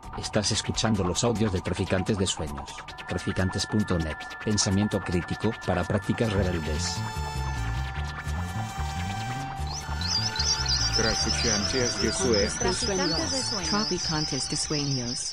Estás escuchando los audios de Traficantes de Sueños. Traficantes.net. Pensamiento crítico para prácticas rebeldes. Traficantes de Sueños. Traficantes de Sueños.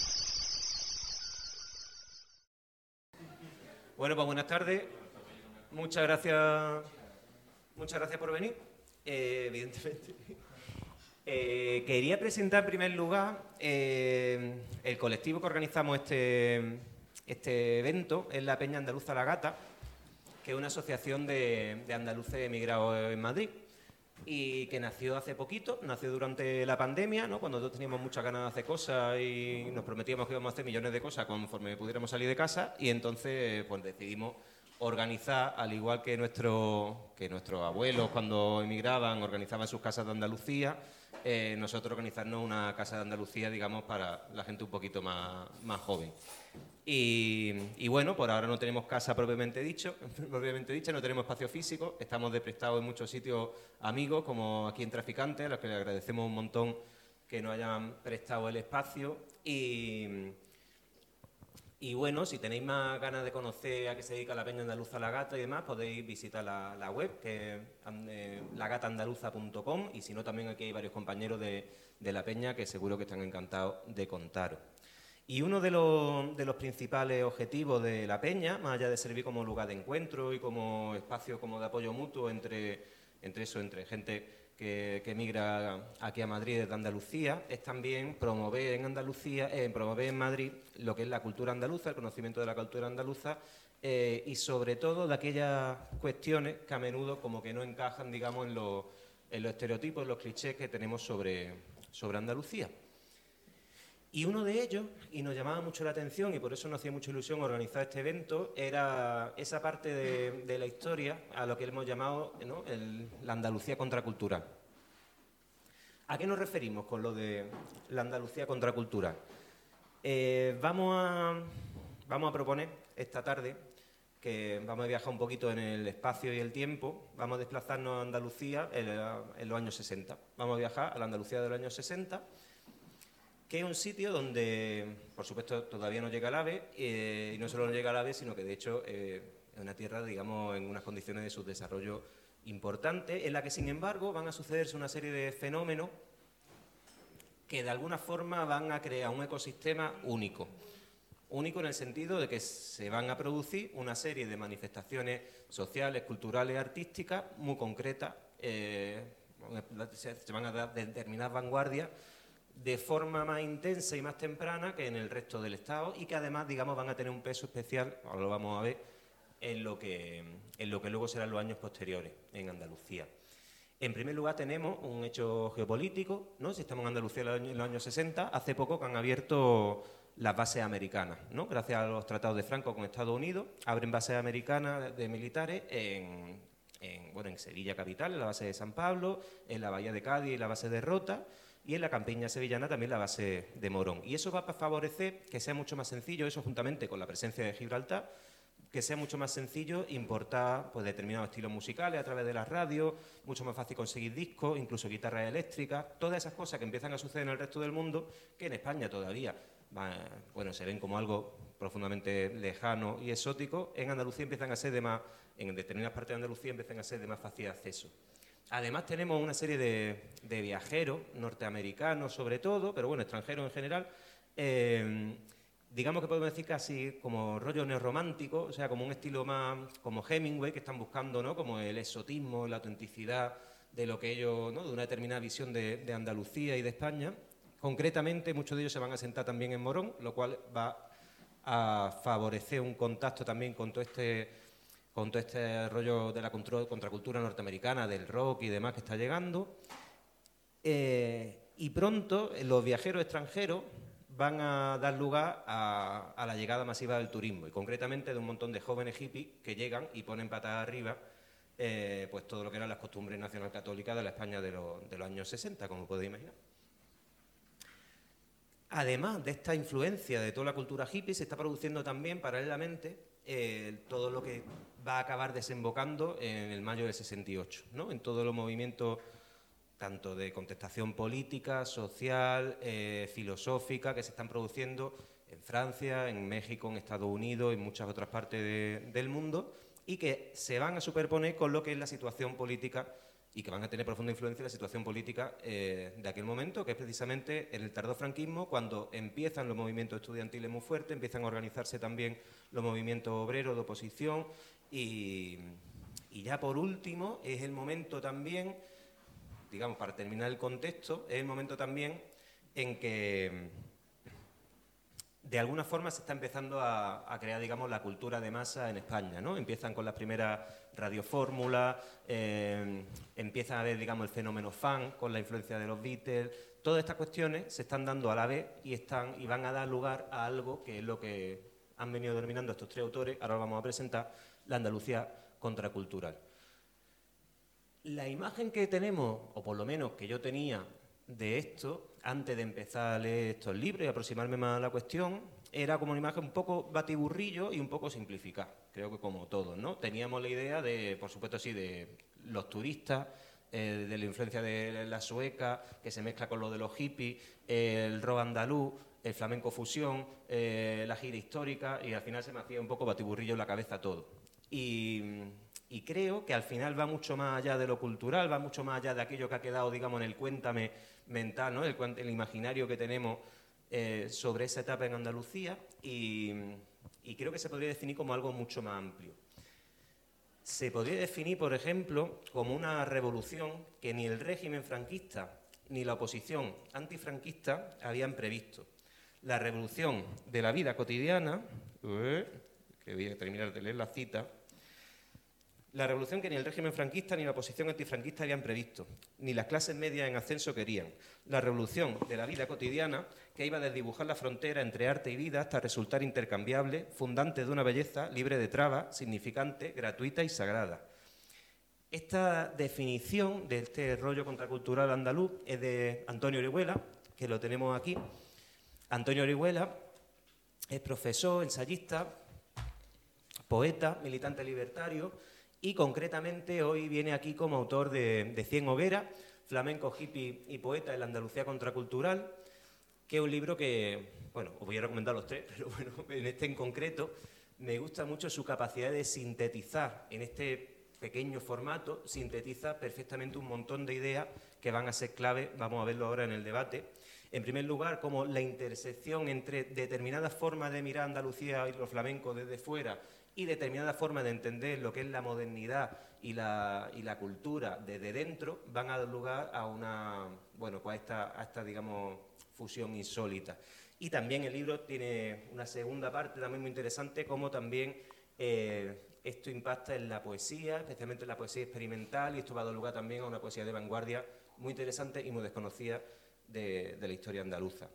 Bueno, pues buenas tardes. Muchas gracias por venir. Evidentemente. Quería presentar en primer lugar el colectivo que organizamos este evento, es la Peña Andaluza La Gata, que es una asociación de andaluces emigrados en Madrid y que nació hace poquito, nació durante la pandemia, ¿no? Cuando todos teníamos muchas ganas de hacer cosas y nos prometíamos que íbamos a hacer millones de cosas conforme pudiéramos salir de casa, y entonces pues decidimos organizar, al igual que nuestros abuelos cuando emigraban organizaban sus casas de Andalucía, nosotros organizarnos una casa de Andalucía, digamos, para la gente un poquito más joven. Y bueno, por ahora no tenemos casa propiamente dicha, no tenemos espacio físico, estamos de prestado en muchos sitios amigos, como aquí en Traficantes, a los que les agradecemos un montón que nos hayan prestado el espacio. Y bueno, si tenéis más ganas de conocer a qué se dedica la Peña Andaluza La Gata y demás, podéis visitar la web, que es lagataandaluza.com, y si no, también aquí hay varios compañeros de la Peña que seguro que están encantados de contaros. Y uno de los principales objetivos de la Peña, más allá de servir como lugar de encuentro y como espacio como de apoyo mutuo entre gente que emigra aquí a Madrid desde Andalucía, es también promover en Madrid lo que es la cultura andaluza, el conocimiento de la cultura andaluza, y sobre todo de aquellas cuestiones que a menudo como que no encajan, digamos, en los estereotipos, en los clichés que tenemos sobre Andalucía. Y uno de ellos, y nos llamaba mucho la atención, y por eso nos hacía mucha ilusión organizar este evento, era esa parte de la historia a lo que hemos llamado, ¿no?, la Andalucía contracultural. ¿A qué nos referimos con lo de la Andalucía contracultural? Vamos a proponer esta tarde que vamos a viajar un poquito en el espacio y el tiempo, vamos a desplazarnos a Andalucía en los años 60. Vamos a viajar a la Andalucía de los años 60, que es un sitio donde, por supuesto, todavía no llega el AVE, y no solo no llega el AVE, sino que, de hecho, es una tierra, digamos, en unas condiciones de subdesarrollo importantes, en la que, sin embargo, van a sucederse una serie de fenómenos que, de alguna forma, van a crear un ecosistema único. Único en el sentido de que se van a producir una serie de manifestaciones sociales, culturales, artísticas, muy concretas, se van a dar determinadas vanguardias de forma más intensa y más temprana que en el resto del Estado, y que además, digamos, van a tener un peso especial, ahora lo vamos a ver, en lo que luego serán los años posteriores en Andalucía. En primer lugar, tenemos un hecho geopolítico, ¿no? Si estamos en Andalucía en los años 60, hace poco que han abierto las bases americanas, ¿no? Gracias a los tratados de Franco con Estados Unidos, abren bases americanas de militares en Sevilla capital, en la base de San Pablo, en la bahía de Cádiz, en la base de Rota, y en la campiña sevillana también la base de Morón. Y eso va a favorecer que sea mucho más sencillo, eso juntamente con la presencia de Gibraltar, que sea mucho más sencillo importar, pues, determinados estilos musicales a través de las radios, mucho más fácil conseguir discos, incluso guitarras eléctricas, todas esas cosas que empiezan a suceder en el resto del mundo, que en España todavía se ven como algo profundamente lejano y exótico, en Andalucía empiezan a ser en determinadas partes de Andalucía empiezan a ser de más fácil acceso. Además, tenemos una serie de viajeros norteamericanos, sobre todo, pero bueno, extranjeros en general, digamos que podemos decir casi como rollo neorromántico, o sea, como un estilo más como Hemingway, que están buscando, ¿no?, como el exotismo, la autenticidad de lo que ellos, ¿no?, de una determinada visión de Andalucía y de España. Concretamente, muchos de ellos se van a sentar también en Morón, lo cual va a favorecer un contacto también con todo este rollo de la contracultura norteamericana, del rock y demás que está llegando. Y pronto los viajeros extranjeros van a dar lugar a la llegada masiva del turismo, y concretamente de un montón de jóvenes hippies que llegan y ponen patas arriba pues todo lo que eran las costumbres nacional-católicas de la España de los años 60, como podéis imaginar. Además de esta influencia de toda la cultura hippie, se está produciendo también paralelamente todo lo que va a acabar desembocando en el mayo del 68, ¿no?, en todos los movimientos tanto de contestación política, social, filosófica, que se están produciendo en Francia, en México, en Estados Unidos, en muchas otras partes del mundo, y que se van a superponer con lo que es la situación política y que van a tener profunda influencia en la situación política de aquel momento, que es precisamente en el tardofranquismo, cuando empiezan los movimientos estudiantiles muy fuertes, empiezan a organizarse también los movimientos obreros de oposición y ya por último es el momento también, digamos, para terminar el contexto, es el momento también en que de alguna forma se está empezando a crear, digamos, la cultura de masa en España, ¿no? Empiezan con las primeras radiofórmulas, empieza a haber, digamos, el fenómeno fan con la influencia de los Beatles. Todas estas cuestiones se están dando a la vez y van a dar lugar a algo que es lo que han venido denominando estos tres autores, ahora lo vamos a presentar, la Andalucía contracultural. La imagen que tenemos, o por lo menos que yo tenía de esto, antes de empezar a leer estos libros y aproximarme más a la cuestión, era como una imagen un poco batiburrillo y un poco simplificada, creo que como todos, ¿no? Teníamos la idea de, por supuesto sí, de los turistas, de la influencia de la sueca, que se mezcla con lo de los hippies, el rock andaluz, el flamenco fusión, la gira histórica, y al final se me hacía un poco batiburrillo en la cabeza todo. Y creo que al final va mucho más allá de lo cultural, va mucho más allá de aquello que ha quedado, digamos, en el cuéntame mental, ¿no? El imaginario que tenemos sobre esa etapa en Andalucía, y creo que se podría definir como algo mucho más amplio. Se podría definir, por ejemplo, como una revolución que ni el régimen franquista ni la oposición antifranquista habían previsto. La revolución de la vida cotidiana, que voy a terminar de leer la cita, la revolución que ni el régimen franquista ni la oposición antifranquista habían previsto, ni las clases medias en ascenso querían. La revolución de la vida cotidiana que iba a desdibujar la frontera entre arte y vida hasta resultar intercambiable, fundante de una belleza libre de trabas, significante, gratuita y sagrada. Esta definición de este rollo contracultural andaluz es de Antonio Orihuela, que lo tenemos aquí. Antonio Orihuela es profesor, ensayista, poeta, militante libertario, y concretamente hoy viene aquí como autor de 100 hogueras, flamenco, hippie y poeta en la Andalucía contracultural, que es un libro que, bueno, os voy a recomendar los tres, pero bueno, en este en concreto me gusta mucho su capacidad de sintetizar en este pequeño formato, sintetiza perfectamente un montón de ideas que van a ser clave, vamos a verlo ahora en el debate. En primer lugar, como la intersección entre determinadas formas de mirar Andalucía y los flamencos desde fuera y determinadas formas de entender lo que es la modernidad y la cultura desde dentro, van a dar lugar a una, bueno, pues a esta, digamos, fusión insólita. Y también el libro tiene una segunda parte también muy interesante, como también esto impacta en la poesía, especialmente en la poesía experimental, y esto va a dar lugar también a una poesía de vanguardia muy interesante y muy desconocida de la historia andaluza.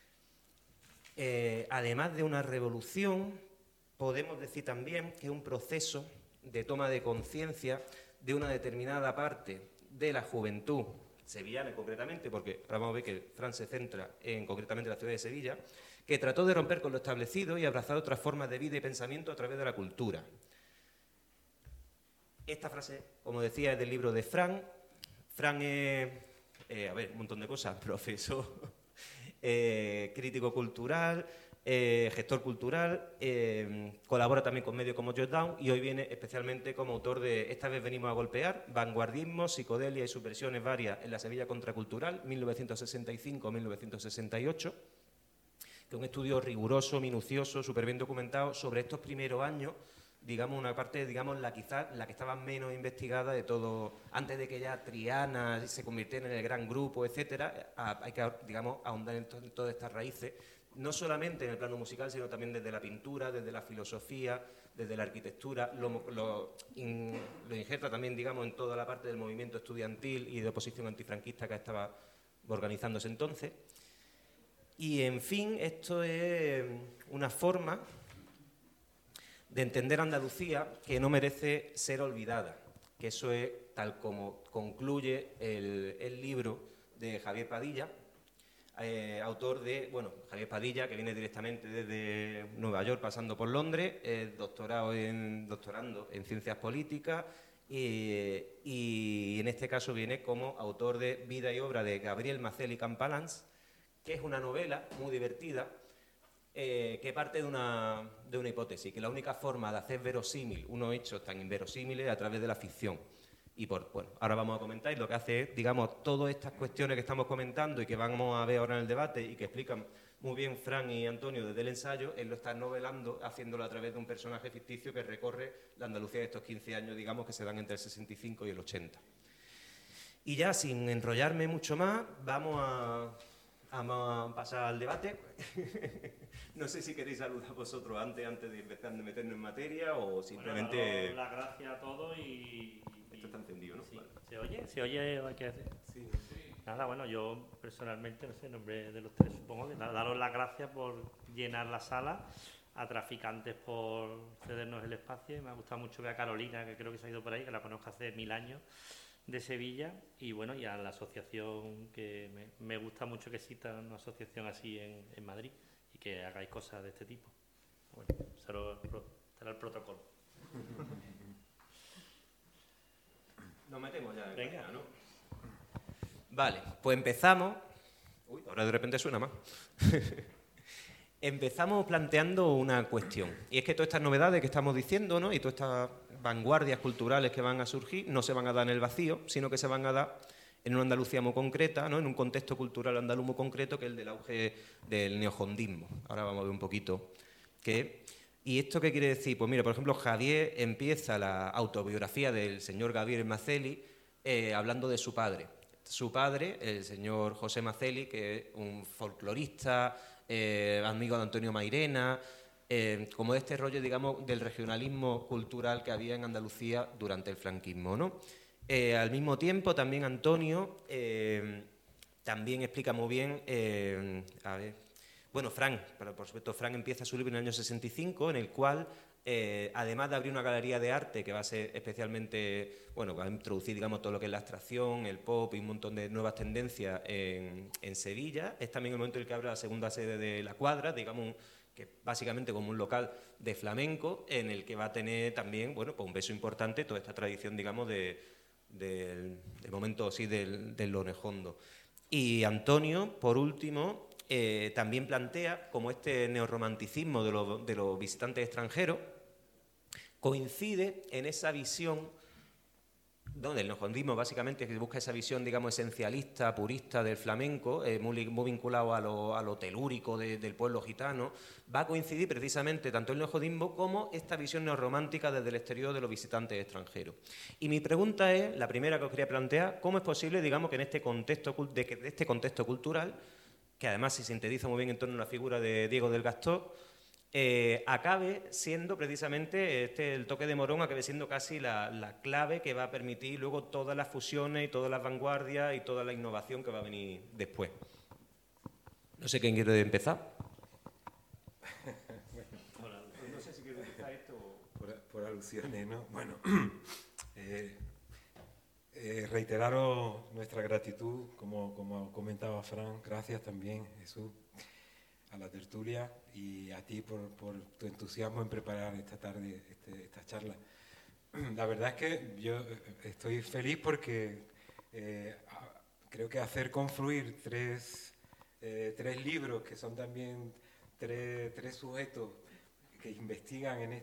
Además de una revolución, podemos decir también que es un proceso de toma de conciencia de una determinada parte de la juventud sevillana concretamente, porque ahora vamos a ver que Fran se centra en concretamente la ciudad de Sevilla, que trató de romper con lo establecido y abrazar otras formas de vida y pensamiento a través de la cultura. Esta frase, como decía, es del libro de Fran. Fran es, un montón de cosas, profesor, crítico cultural, gestor cultural, colabora también con medios como Jotdown y hoy viene especialmente como autor de Esta vez venimos a golpear, vanguardismo, psicodelia y sus versiones varias en la Sevilla contracultural, 1965-1968, que es un estudio riguroso, minucioso, súper bien documentado sobre estos primeros años, digamos, una parte, digamos, la que estaba menos investigada de todo, antes de que ya Triana se convirtiera en el gran grupo, etcétera. Hay que, digamos, ahondar en todas estas raíces, no solamente en el plano musical, sino también desde la pintura, desde la filosofía, desde la arquitectura, lo injerta también, digamos, en toda la parte del movimiento estudiantil y de oposición antifranquista que estaba organizándose entonces. Y, en fin, esto es una forma de entender Andalucía que no merece ser olvidada, que eso es tal como concluye el libro de Javier Padilla, autor de, bueno, Javier Padilla, que viene directamente desde Nueva York pasando por Londres, doctorando en ciencias políticas, y en este caso viene como autor de Vida y obra de Gabriel Maceli Campalans, que es una novela muy divertida, que parte de una hipótesis, que la única forma de hacer verosímil unos hechos tan inverosímiles es a través de la ficción. Y bueno, ahora vamos a comentar, y lo que hace es, digamos, todas estas cuestiones que estamos comentando y que vamos a ver ahora en el debate y que explican muy bien Fran y Antonio desde el ensayo, él lo está novelando, haciéndolo a través de un personaje ficticio que recorre la Andalucía de estos 15 años, digamos, que se dan entre el 65 y el 80. Y ya, sin enrollarme mucho más, vamos a pasar al debate. No sé si queréis saludar vosotros antes de empezar a meternos en materia o simplemente... Bueno, las gracias a todos y... Esto está encendido, ¿no? Sí. Vale. ¿Se oye? ¿Se oye? ¿Hay que hacer? Sí. Nada, bueno, yo personalmente, no sé, en nombre de los tres, supongo, que daros las gracias por llenar la sala, a Traficantes por cedernos el espacio, y me ha gustado mucho ver a Carolina, que creo que se ha ido por ahí, que la conozco hace 1000 años, de Sevilla, y bueno, y a la asociación, que me gusta mucho que exista una asociación así en Madrid, y que hagáis cosas de este tipo. Bueno, será el protocolo. Nos metemos ya en Venga, faena, ¿no? Vale, pues empezamos... Uy, ahora de repente suena más. Empezamos planteando una cuestión. Y es que todas estas novedades que estamos diciendo, ¿no?, y todas estas vanguardias culturales que van a surgir, no se van a dar en el vacío, sino que se van a dar en una Andalucía muy concreta, ¿no?, en un contexto cultural andaluz muy concreto, que es el del auge del neojondismo. Ahora vamos a ver un poquito qué... ¿Y esto qué quiere decir? Pues mira, por ejemplo, Javier empieza la autobiografía del señor Gabriel Maceli hablando de su padre. Su padre, el señor José Maceli, que es un folclorista, amigo de Antonio Mairena, como de este rollo, digamos, del regionalismo cultural que había en Andalucía durante el franquismo, ¿no? Al mismo tiempo, también Antonio también explica muy bien, bueno, Fran, por supuesto, Fran empieza su libro en el año 65, en el cual, además de abrir una galería de arte que va a ser especialmente, bueno, va a introducir, digamos, todo lo que es la abstracción, el pop y un montón de nuevas tendencias en Sevilla, es también el momento en el que abre la segunda sede de La Cuadra, digamos, que básicamente como un local de flamenco, en el que va a tener también, bueno, pues un peso importante toda esta tradición, digamos, del momento así del Lonejondo. Y Antonio, por último, también plantea como este neorromanticismo de los visitantes extranjeros coincide en esa visión donde el neojondismo básicamente que busca esa visión, digamos, esencialista, purista del flamenco, muy vinculado a lo telúrico del pueblo gitano, va a coincidir precisamente tanto el neojondismo como esta visión neorromántica desde el exterior de los visitantes extranjeros. Y mi pregunta es, la primera que os quería plantear, ¿cómo es posible, digamos, que en este contexto cultural, que además se sintetiza muy bien en torno a la figura de Diego del Gastó, acabe siendo precisamente el toque de Morón, acabe siendo casi la clave que va a permitir luego todas las fusiones y todas las vanguardias y toda la innovación que va a venir después? No sé quién quiere empezar. No sé si quiere empezar esto por alusiones, ¿no? Bueno, reiteraros nuestra gratitud, como comentaba Fran, gracias también, Jesús, a la tertulia y a ti por tu entusiasmo en preparar esta tarde esta charla. La verdad es que yo estoy feliz porque creo que hacer confluir tres libros que son también tres sujetos que investigan en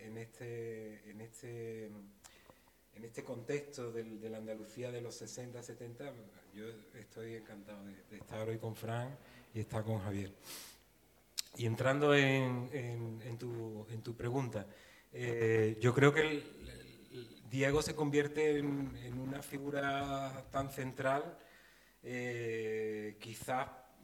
este contexto de la Andalucía de los 60, 70, yo estoy encantado de estar hoy con Fran y estar con Javier. Y entrando en tu pregunta, yo creo que Diego se convierte en una figura tan central, quizás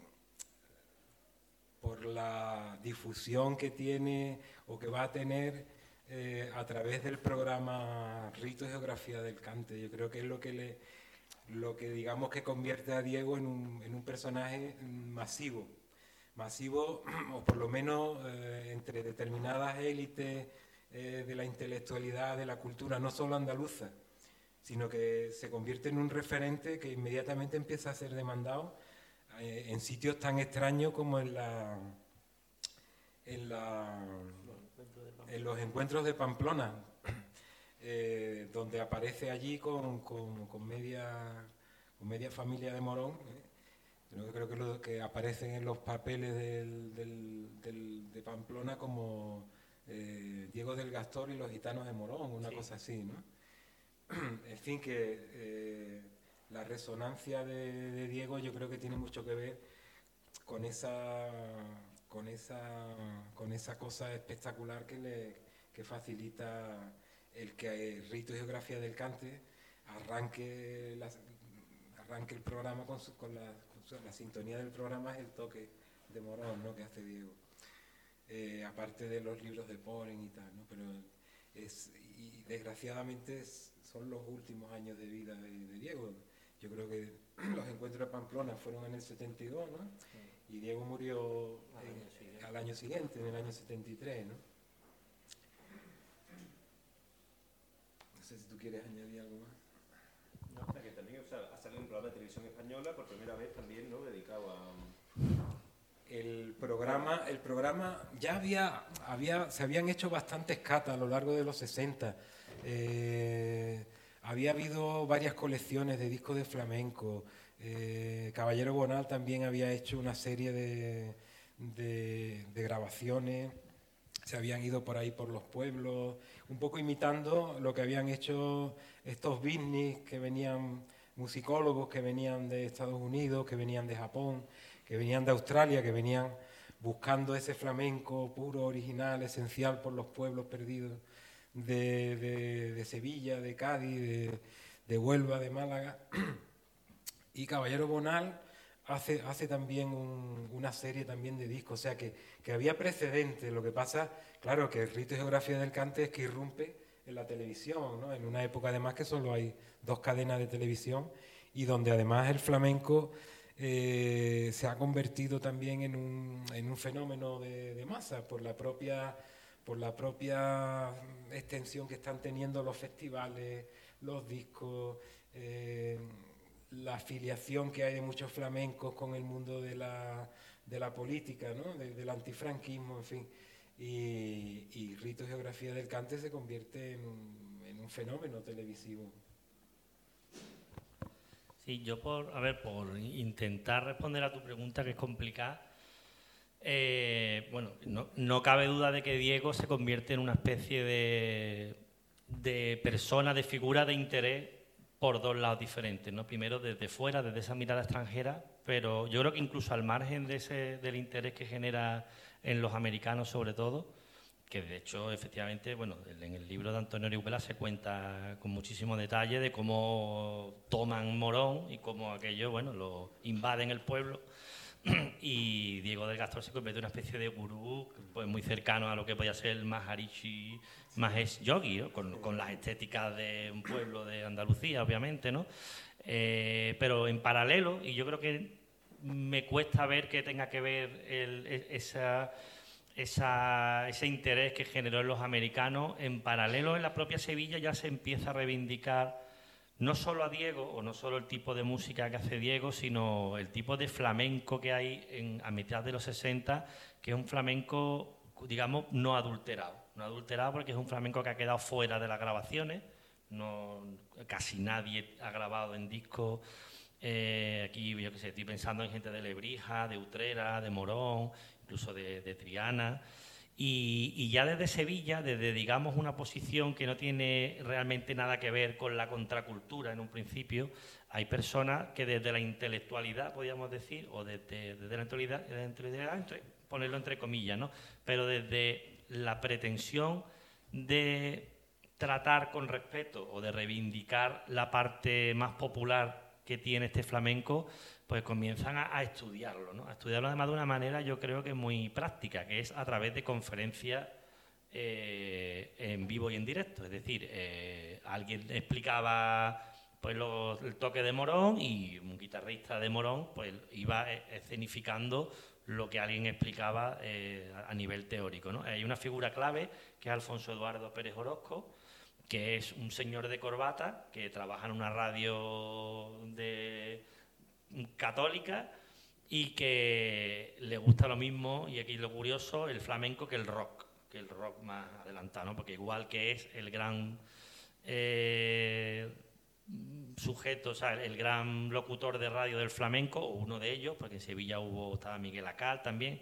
por la difusión que tiene o que va a tener a través del programa Rito y Geografía del Cante. Yo creo que es lo que digamos que convierte a Diego en un personaje masivo, o por lo menos entre determinadas élites de la intelectualidad, de la cultura, no solo andaluza, sino que se convierte en un referente que inmediatamente empieza a ser demandado en sitios tan extraños como en los encuentros de Pamplona. donde aparece allí con media familia de Morón. Creo que lo que aparecen en los papeles de Pamplona como Diego del Gastor y los gitanos de Morón, una cosa así, ¿no? En fin, que la resonancia de Diego yo creo que tiene mucho que ver con esa cosa espectacular que facilita el que Rito y Geografía del Cante arranque el programa con la sintonía del programa, es el toque de Morón, ¿no?, que hace Diego. Aparte de los libros de Poren y tal, ¿no? Pero y desgraciadamente son los últimos años de vida de Diego. Yo creo que los encuentros de Pamplona fueron en el 72, ¿no? Y Diego murió al año siguiente, en el año 73, ¿no? No sé si tú quieres añadir algo más. No, que también ha salido un programa de televisión española por primera vez también, ¿no?, dedicado a... El programa ya se habían hecho bastantes catas a lo largo de los 60. Había habido varias colecciones de discos de flamenco. Caballero Bonal también había hecho una serie de grabaciones. Se habían ido por ahí por los pueblos, un poco imitando lo que habían hecho estos beatniks que venían, musicólogos que venían de Estados Unidos, que venían de Japón, que venían de Australia, que venían buscando ese flamenco puro, original, esencial por los pueblos perdidos de Sevilla, de Cádiz, de Huelva, de Málaga. Y Caballero Bonal hace también una serie también de discos, o sea que había precedentes. Lo que pasa, claro, que el Rito y Geografía del Cante es que irrumpe en la televisión, ¿no? En una época además que solo hay 2 cadenas de televisión y donde además el flamenco se ha convertido también en un fenómeno de masa por la propia extensión que están teniendo los festivales, los discos, la afiliación que hay de muchos flamencos con el mundo de la política, ¿no?, del antifranquismo, en fin. Y Rito y Geografía del Cante se convierte en un fenómeno televisivo. Sí, yo por intentar responder a tu pregunta, que es complicada, no cabe duda de que Diego se convierte en una especie de persona, de figura de interés por 2 lados diferentes, ¿no? Primero desde fuera, desde esa mirada extranjera, pero yo creo que incluso al margen del interés que genera en los americanos sobre todo, que de hecho efectivamente, en el libro de Antonio Orihuela se cuenta con muchísimo detalle de cómo toman Morón y cómo aquello, lo invaden el pueblo. Y Diego del Gastor se convierte en una especie de gurú, pues muy cercano a lo que podía ser el Maharishi Mahesh Yogi, ¿no? Con las estéticas de un pueblo de Andalucía, obviamente, ¿no? Pero en paralelo, y yo creo que me cuesta ver que tenga que ver ese interés que generó en los americanos, en paralelo en la propia Sevilla ya se empieza a reivindicar no solo a Diego, o no solo el tipo de música que hace Diego, sino el tipo de flamenco que hay a mitad de los 60, que es un flamenco, digamos, no adulterado. No adulterado porque es un flamenco que ha quedado fuera de las grabaciones. Casi nadie ha grabado en disco. Aquí, yo qué sé, estoy pensando en gente de Lebrija, de Utrera, de Morón, incluso de Triana. Y ya desde Sevilla, desde, digamos, una posición que no tiene realmente nada que ver con la contracultura en un principio, hay personas que desde la intelectualidad, podríamos decir, o desde la intelectualidad, ponerlo entre comillas, ¿no?, pero desde la pretensión de tratar con respeto o de reivindicar la parte más popular que tiene este flamenco, pues comienzan a estudiarlo, ¿no? A estudiarlo además de una manera, yo creo que muy práctica, que es a través de conferencias en vivo y en directo. Es decir, alguien explicaba pues el toque de Morón y un guitarrista de Morón pues iba escenificando lo que alguien explicaba a nivel teórico, ¿no? Hay una figura clave que es Alfonso Eduardo Pérez Orozco, que es un señor de corbata que trabaja en una radio católica y que le gusta lo mismo, y aquí lo curioso, el flamenco que el rock más adelantado, ¿no? Porque igual que es el gran sujetos, o sea, el gran locutor de radio del flamenco, o uno de ellos, porque en Sevilla estaba Miguel Acal también.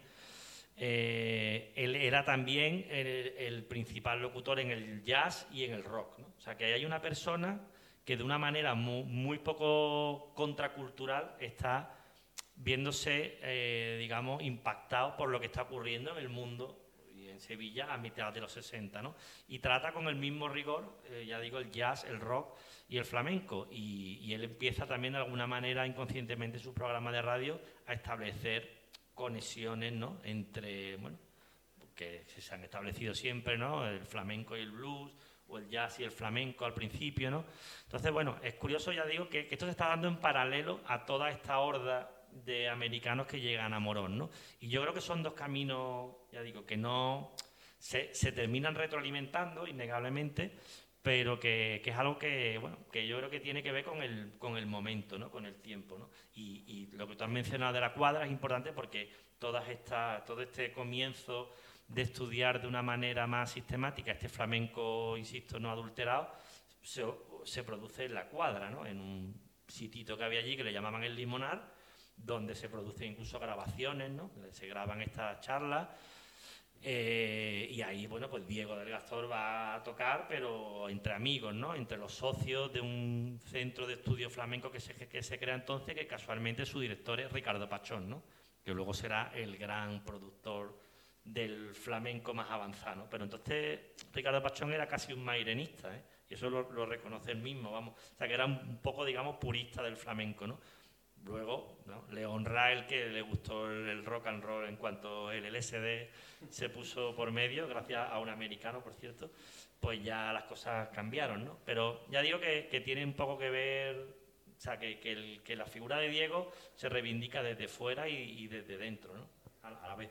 Él era también el principal locutor en el jazz y en el rock, ¿no? O sea, que hay una persona que de una manera muy poco contracultural está viéndose, digamos, impactado por lo que está ocurriendo en el mundo y en Sevilla a mitad de los 60, ¿no? Y trata con el mismo rigor, ya digo, el jazz, el rock y el flamenco. Y él empieza también de alguna manera, inconscientemente, en su programa de radio a establecer conexiones, ¿no? Entre, bueno, que se han establecido siempre, ¿no? El flamenco y el blues, o el jazz y el flamenco al principio, ¿no? Entonces, bueno, es curioso, ya digo, que esto se está dando en paralelo a toda esta horda de americanos que llegan a Morón, ¿no? Y yo creo que son dos caminos, ya digo, que no se terminan retroalimentando innegablemente, pero que es algo que, bueno, que yo creo que tiene que ver con el momento, ¿no? Con el tiempo, ¿no? Y lo que tú has mencionado de la cuadra es importante porque todo este comienzo de estudiar de una manera más sistemática este flamenco, insisto, no adulterado, se produce en la cuadra, ¿no? En un sitito que había allí que le llamaban el Limonar, donde se producen incluso grabaciones, ¿no? Se graban estas charlas. Y ahí, bueno, pues Diego del Gastor va a tocar, pero entre amigos, ¿no? Entre los socios de un centro de estudio flamenco que se crea entonces, que casualmente su director es Ricardo Pachón, ¿no? Que luego será el gran productor del flamenco más avanzado, ¿no? Pero entonces Ricardo Pachón era casi un mairenista, ¿eh? Y eso lo reconoce él mismo, vamos. O sea, que era un poco, digamos, purista del flamenco, ¿no? Luego, ¿no? Le honra el que le gustó el rock and roll en cuanto el LSD se puso por medio, gracias a un americano, por cierto, pues ya las cosas cambiaron, ¿no? Pero ya digo que tiene un poco que ver, o sea, que la figura de Diego se reivindica desde fuera y desde dentro, ¿no? A la vez.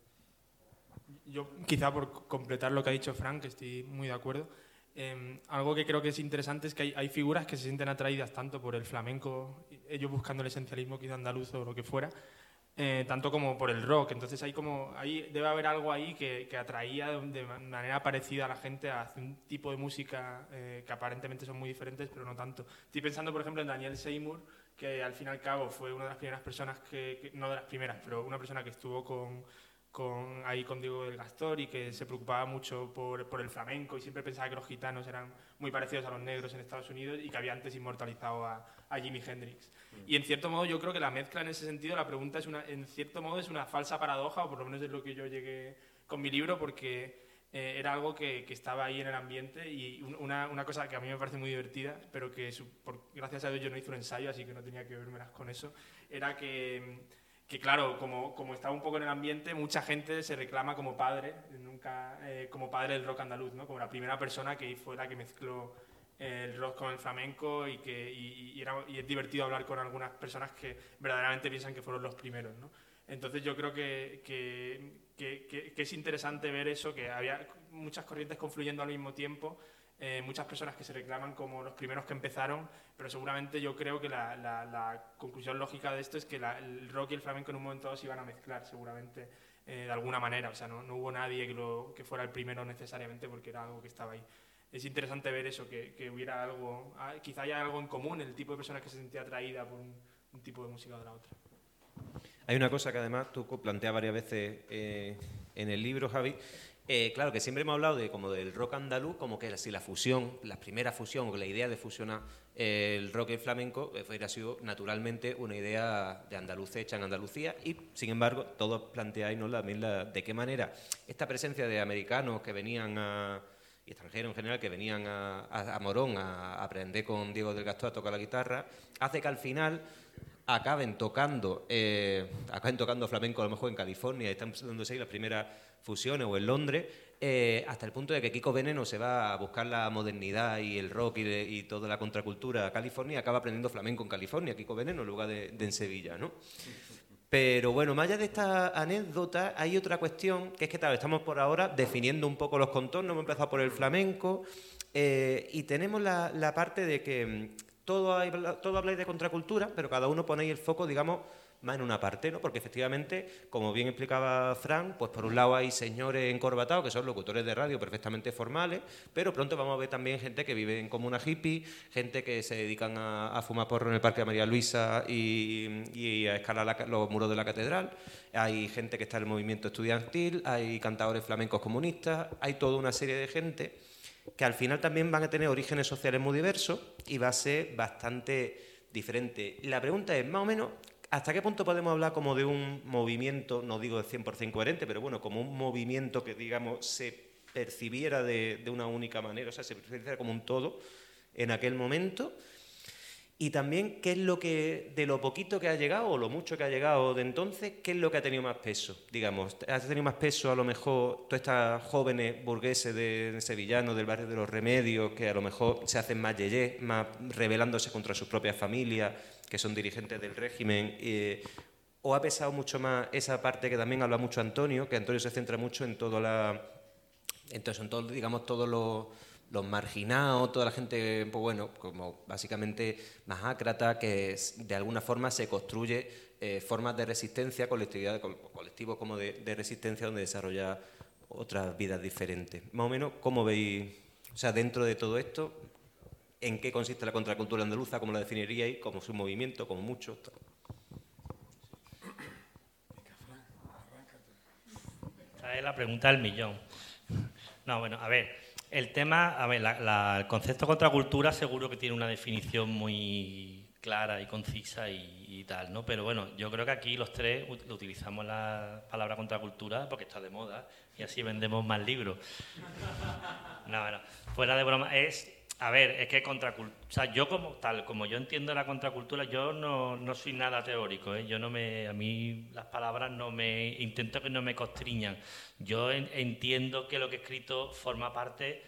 Yo, quizá por completar lo que ha dicho Frank, que estoy muy de acuerdo, algo que creo que es interesante es que hay figuras que se sienten atraídas tanto por el flamenco, ellos buscando el esencialismo quizá andaluz o lo que fuera, tanto como por el rock. Entonces ahí debe haber algo ahí que atraía de manera parecida a la gente a hacer un tipo de música que aparentemente son muy diferentes, pero no tanto. Estoy pensando, por ejemplo, en Daniel Seymour, que al fin y al cabo fue una de las primeras personas no de las primeras, pero una persona que estuvo con Diego del Gastor y que se preocupaba mucho por el flamenco y siempre pensaba que los gitanos eran muy parecidos a los negros en Estados Unidos y que había antes inmortalizado a Jimi Hendrix. Y en cierto modo yo creo que la mezcla en ese sentido, la pregunta en cierto modo es una falsa paradoja, o por lo menos es lo que yo llegué con mi libro, porque era algo que estaba ahí en el ambiente y una cosa que a mí me parece muy divertida, pero que gracias a Dios yo no hice un ensayo, así que no tenía que vermelas con eso, era que claro, como estaba un poco en el ambiente, mucha gente se reclama como padre, como padre del rock andaluz, ¿no? Como la primera persona que fue la que mezcló el rock con el flamenco y es divertido hablar con algunas personas que verdaderamente piensan que fueron los primeros, ¿no? Entonces yo creo que es interesante ver eso, que había muchas corrientes confluyendo al mismo tiempo, muchas personas que se reclaman como los primeros que empezaron, pero seguramente yo creo que la conclusión lógica de esto es que el rock y el flamenco en un momento dado se iban a mezclar seguramente de alguna manera, o sea, no hubo nadie que fuera el primero necesariamente porque era algo que estaba ahí. Es interesante ver eso, que hubiera algo, quizá haya algo en común, el tipo de personas que se sentía atraída por un tipo de música o de la otra. Hay una cosa que además tú planteas varias veces en el libro, Javi. Claro, que siempre hemos hablado como del rock andaluz, como que si la primera fusión, o la idea de fusionar el rock y el flamenco hubiera sido naturalmente una idea de andaluces hecha en Andalucía, y sin embargo todos planteáis, ¿no?, de qué manera esta presencia de americanos que venían y extranjeros en general que venían a Morón a aprender con Diego del Gastor a tocar la guitarra, hace que al final acaben tocando flamenco a lo mejor en California, y están dándose ahí las primeras fusiones, o en Londres, hasta el punto de que Kiko Veneno se va a buscar la modernidad y el rock y toda la contracultura a California y acaba aprendiendo flamenco en California, Kiko Veneno, en lugar de en Sevilla, ¿no? Pero bueno, más allá de esta anécdota, hay otra cuestión, que es que tal, estamos por ahora definiendo un poco los contornos, hemos empezado por el flamenco, y tenemos la parte de que todo habláis de contracultura, pero cada uno ponéis el foco, digamos, más en una parte, ¿no? Porque efectivamente, como bien explicaba Fran, pues por un lado hay señores encorbatados que son locutores de radio perfectamente formales, pero pronto vamos a ver también gente que vive en comuna hippie, gente que se dedican a fumar porro en el Parque de María Luisa y a escalar los muros de la catedral. Hay gente que está en el movimiento estudiantil, hay cantadores flamencos comunistas, hay toda una serie de gente que al final también van a tener orígenes sociales muy diversos y va a ser bastante diferente. La pregunta es, más o menos, ¿hasta qué punto podemos hablar como de un movimiento, no digo de 100% coherente, pero bueno, como un movimiento que, digamos, se percibiera de una única manera, o sea, se percibiera como un todo en aquel momento? Y también, ¿qué es lo que, de lo poquito que ha llegado o lo mucho que ha llegado de entonces, qué es lo que ha tenido más peso? Digamos, ¿ha tenido más peso a lo mejor todos estos jóvenes burgueses de sevillanos del barrio de los Remedios, que a lo mejor se hacen más yeyés, más rebelándose contra sus propias familias, que son dirigentes del régimen? ¿O ha pesado mucho más esa parte que también habla mucho Antonio, que Antonio se centra mucho en todo, digamos, todos los marginados, toda la gente, pues bueno, como básicamente majácrata, que de alguna forma se construye formas de resistencia, colectivos como de resistencia donde desarrolla otras vidas diferentes? Más o menos, ¿cómo veis, o sea, dentro de todo esto, en qué consiste la contracultura andaluza, cómo la definiríais, como su movimiento, como mucho? Esta es la pregunta del millón. No, bueno, a ver, el tema, a ver, el concepto contracultura seguro que tiene una definición muy clara y concisa y tal, ¿no? Pero bueno, yo creo que aquí los tres utilizamos la palabra contracultura porque está de moda y así vendemos más libros. No, bueno, fuera de broma, a ver, es que contracultura, o sea, yo como yo entiendo la contracultura, yo no soy nada teórico, ¿eh? A mí las palabras intento que no me constriñan. Yo entiendo que lo que he escrito forma parte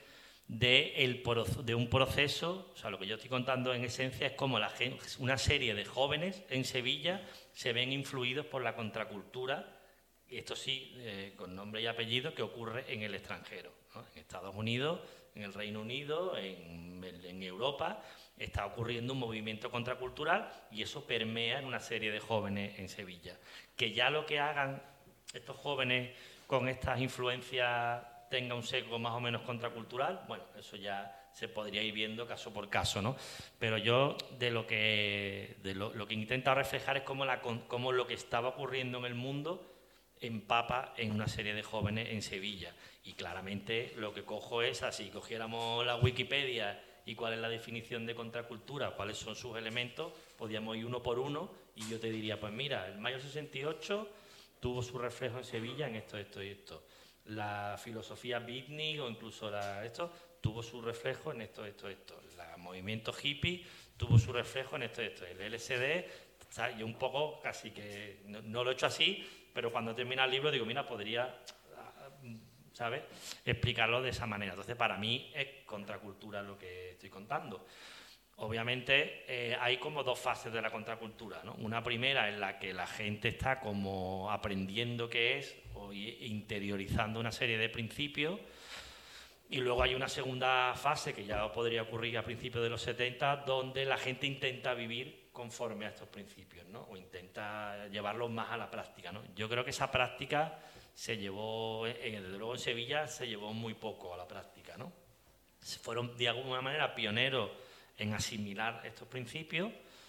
de un proceso, o sea, lo que yo estoy contando en esencia es cómo una serie de jóvenes en Sevilla se ven influidos por la contracultura, y esto sí, con nombre y apellido, que ocurre en el extranjero, ¿no? En Estados Unidos, en el Reino Unido, en Europa, está ocurriendo un movimiento contracultural y eso permea en una serie de jóvenes en Sevilla. Que ya lo que hagan estos jóvenes con estas influencias tenga un sesgo más o menos contracultural, bueno, eso ya se podría ir viendo caso por caso, ¿no? Pero yo lo que he intentado reflejar es cómo lo que estaba ocurriendo en el mundo empapa en una serie de jóvenes en Sevilla. Y claramente lo que cojo es, así cogiéramos la Wikipedia y cuál es la definición de contracultura, cuáles son sus elementos, podríamos ir uno por uno y yo te diría, pues mira, el mayo 68 tuvo su reflejo en Sevilla en esto, esto y esto. La filosofía beatnik o incluso esto tuvo su reflejo en esto, esto, esto. El movimiento hippie tuvo su reflejo en esto, esto. El LSD, ¿sabes? Yo un poco casi que no lo he hecho así, pero cuando termina el libro digo, mira, podría, ¿sabes?, explicarlo de esa manera. Entonces, para mí es contracultura lo que estoy contando. Obviamente hay como dos fases de la contracultura, ¿no? Una primera en la que la gente está como aprendiendo qué es o interiorizando una serie de principios, y luego hay una segunda fase que ya podría ocurrir a principios de los 70, donde la gente intenta vivir conforme a estos principios, ¿no? O intenta llevarlos más a la práctica, ¿no? Yo creo que esa práctica se llevó, desde luego en Sevilla se llevó muy poco a la práctica, ¿no? Fueron de alguna manera pioneros en asimilar estos principios.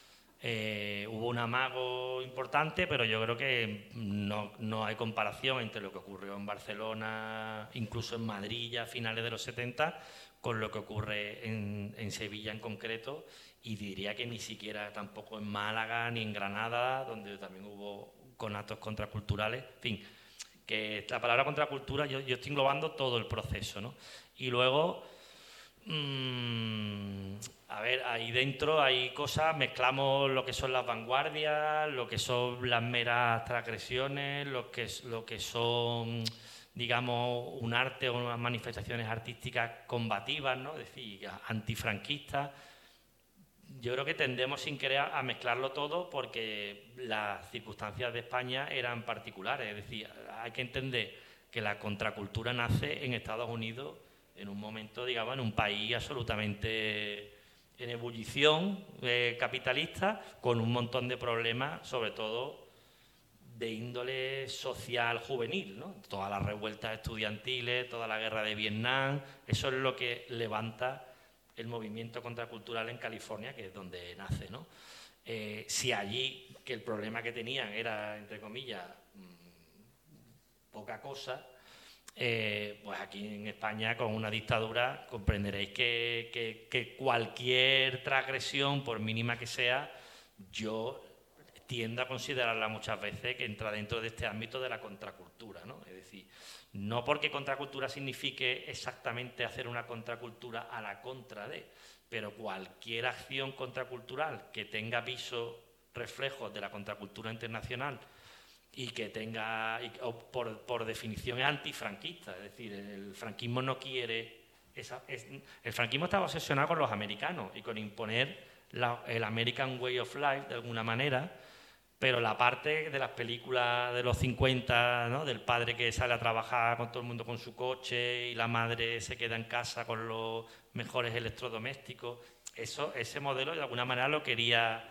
Hubo un amago importante, pero yo creo que no hay comparación entre lo que ocurrió en Barcelona, incluso en Madrid ya a finales de los 70, con lo que ocurre en Sevilla en concreto, y diría que ni siquiera tampoco en Málaga ni en Granada, donde también hubo conatos contraculturales. En fin, que la palabra contracultura yo estoy englobando todo el proceso, ¿no? Y luego a ver, ahí dentro hay cosas, mezclamos lo que son las vanguardias, lo que son las meras transgresiones, lo que son, digamos, un arte o unas manifestaciones artísticas combativas, ¿no? Es decir, antifranquistas. Yo creo que tendemos sin querer a mezclarlo todo porque las circunstancias de España eran particulares. Es decir, hay que entender que la contracultura nace en Estados Unidos en un momento, digamos, en un país absolutamente en ebullición capitalista, con un montón de problemas, sobre todo de índole social juvenil, ¿no? Todas las revueltas estudiantiles, toda la guerra de Vietnam, eso es lo que levanta el movimiento contracultural en California, que es donde nace, ¿no? Si allí, que el problema que tenían era, entre comillas, poca cosa, pues aquí en España, con una dictadura, comprenderéis que cualquier transgresión, por mínima que sea, yo tiendo a considerarla muchas veces que entra dentro de este ámbito de la contracultura, ¿no? Es decir, no porque contracultura signifique exactamente hacer una contracultura a la contra de, pero cualquier acción contracultural que tenga visos, reflejos de la contracultura internacional y que tenga, por definición, es antifranquista, es decir, el franquismo no quiere... el franquismo estaba obsesionado con los americanos y con imponer el American Way of Life, de alguna manera, pero la parte de las películas de los 50, ¿no?, del padre que sale a trabajar con todo el mundo con su coche y la madre se queda en casa con los mejores electrodomésticos, ese modelo de alguna manera lo quería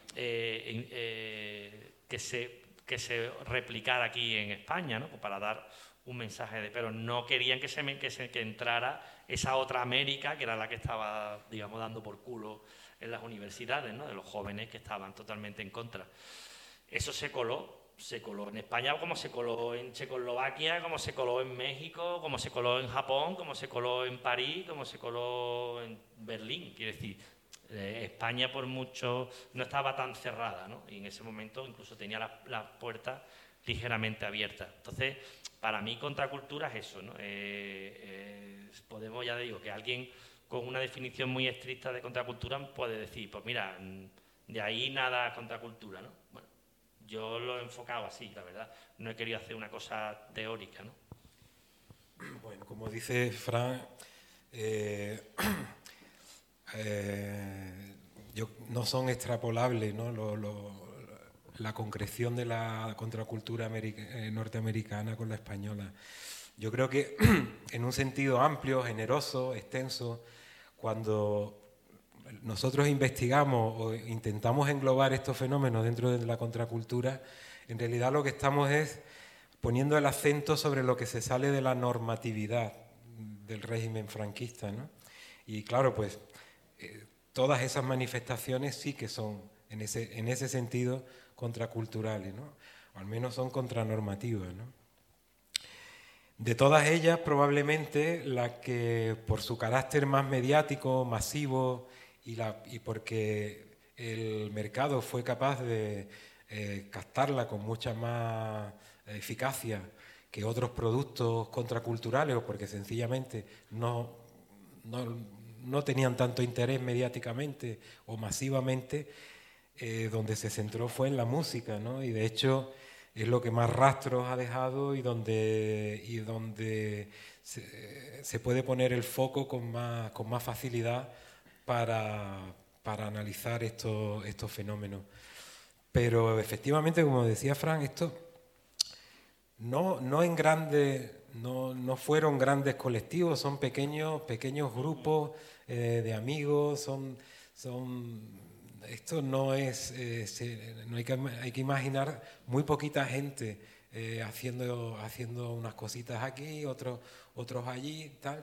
que se replicara aquí en España, ¿no?, para dar un mensaje pero no querían que entrara esa otra América, que era la que estaba, digamos, dando por culo en las universidades, ¿no?, de los jóvenes que estaban totalmente en contra. Eso se coló en España, como se coló en Checoslovaquia, como se coló en México, como se coló en Japón, como se coló en París, como se coló en Berlín. Quiero decir, España por mucho no estaba tan cerrada, ¿no? Y en ese momento incluso tenía las puertas ligeramente abiertas. Entonces, para mí contracultura es eso, ¿no? Podemos, ya digo, que alguien con una definición muy estricta de contracultura puede decir, pues mira, de ahí nada contracultura, ¿no? Bueno, yo lo he enfocado así, la verdad. No he querido hacer una cosa teórica, ¿no? Bueno, como dice Fran, no son extrapolables, ¿no?, la concreción de la contracultura norteamericana con la española. Yo creo que en un sentido amplio, generoso, extenso, cuando nosotros investigamos o intentamos englobar estos fenómenos dentro de la contracultura, en realidad lo que estamos es poniendo el acento sobre lo que se sale de la normatividad del régimen franquista, ¿no? Y claro, pues todas esas manifestaciones sí que son, en ese sentido, contraculturales, ¿no? O al menos son contranormativas, ¿no? De todas ellas, probablemente la que, por su carácter más mediático, masivo, y porque el mercado fue capaz de captarla con mucha más eficacia que otros productos contraculturales, o porque sencillamente no tenían tanto interés mediáticamente o masivamente, donde se centró fue en la música, ¿no? Y de hecho es lo que más rastros ha dejado y donde se puede poner el foco con más facilidad para analizar estos fenómenos. Pero efectivamente, como decía Fran, esto no fueron grandes colectivos, son pequeños grupos de amigos, esto no es, hay que imaginar muy poquita gente haciendo unas cositas aquí, otros allí, tal,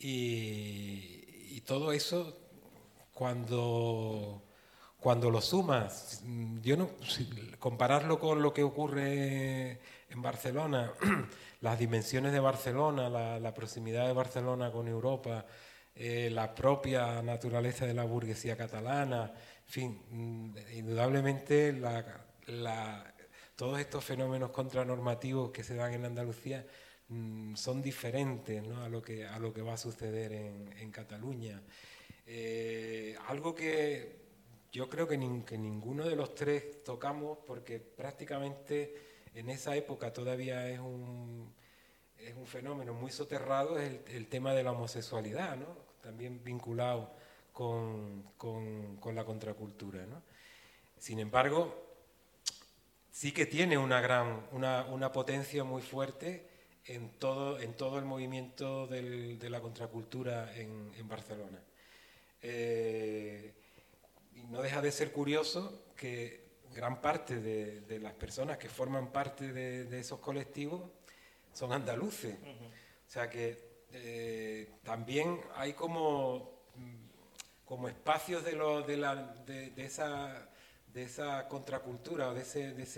y todo eso cuando lo sumas, compararlo con lo que ocurre en Barcelona, las dimensiones de Barcelona, la proximidad de Barcelona con Europa, la propia naturaleza de la burguesía catalana, en fin, indudablemente todos estos fenómenos contranormativos que se dan en Andalucía son diferentes, ¿no?, a lo que va a suceder en Cataluña. Algo que yo creo que ninguno de los tres tocamos, porque prácticamente en esa época todavía es un fenómeno muy soterrado, es el tema de la homosexualidad, ¿no?, también vinculado con la contracultura, ¿no? Sin embargo, sí que tiene una potencia muy fuerte en todo el movimiento de la contracultura en Barcelona. Y no deja de ser curioso que gran parte de las personas que forman parte de esos colectivos son andaluces. O sea que también hay como espacios de esa contracultura, o de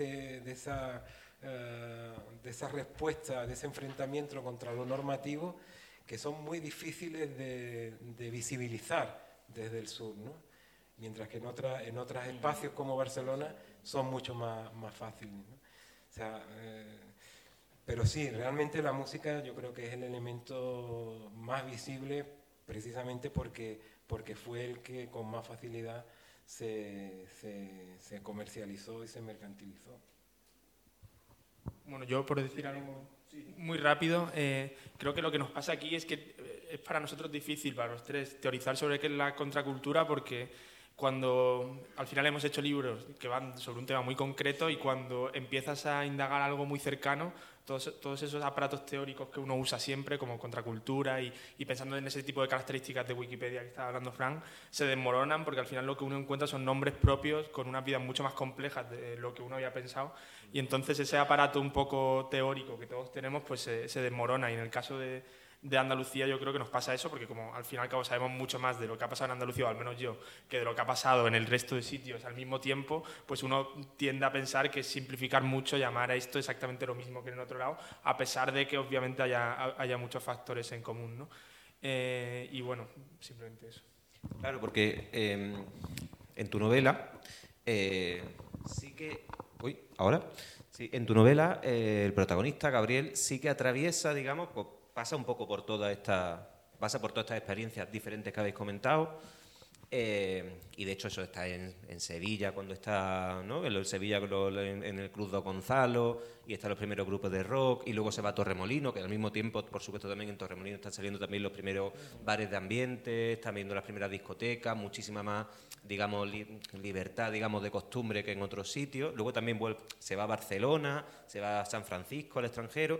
esa respuesta, de ese enfrentamiento contra lo normativo, que son muy difíciles de visibilizar desde el sur, ¿no? Mientras que en otros espacios como Barcelona son mucho más fáciles, ¿no? O sea, pero sí, realmente la música yo creo que es el elemento más visible, precisamente porque fue el que con más facilidad se comercializó y se mercantilizó. Bueno, yo por decir algo muy rápido, creo que lo que nos pasa aquí es que es para nosotros difícil, para los tres, teorizar sobre qué es la contracultura, porque cuando al final hemos hecho libros que van sobre un tema muy concreto y cuando empiezas a indagar algo muy cercano, todos esos aparatos teóricos que uno usa siempre, como contracultura y pensando en ese tipo de características de Wikipedia que estaba hablando Fran, se desmoronan porque al final lo que uno encuentra son nombres propios con unas vidas mucho más complejas de lo que uno había pensado, y entonces ese aparato un poco teórico que todos tenemos pues se desmorona, y en el caso de Andalucía yo creo que nos pasa eso, porque como al fin y al cabo sabemos mucho más de lo que ha pasado en Andalucía, o al menos yo, que de lo que ha pasado en el resto de sitios al mismo tiempo, pues uno tiende a pensar que es simplificar mucho llamar a esto exactamente lo mismo que en otro lado, a pesar de que obviamente haya muchos factores en común, ¿no? Y bueno, simplemente eso. Claro, porque en tu novela sí que... Uy, ¿ahora? Sí, en tu novela el protagonista, Gabriel, sí que atraviesa, digamos, pues, pasa por todas estas experiencias diferentes que habéis comentado, y de hecho eso está en Sevilla, cuando está, ¿no? En Sevilla en el Cruz do Gonzalo, y están los primeros grupos de rock, y luego se va a Torremolino, que al mismo tiempo, por supuesto, también en Torremolino están saliendo también los primeros bares de ambiente, están viendo las primeras discotecas, muchísima más, digamos, libertad, digamos, de costumbre que en otros sitios. Luego también se va a Barcelona, se va a San Francisco, al extranjero,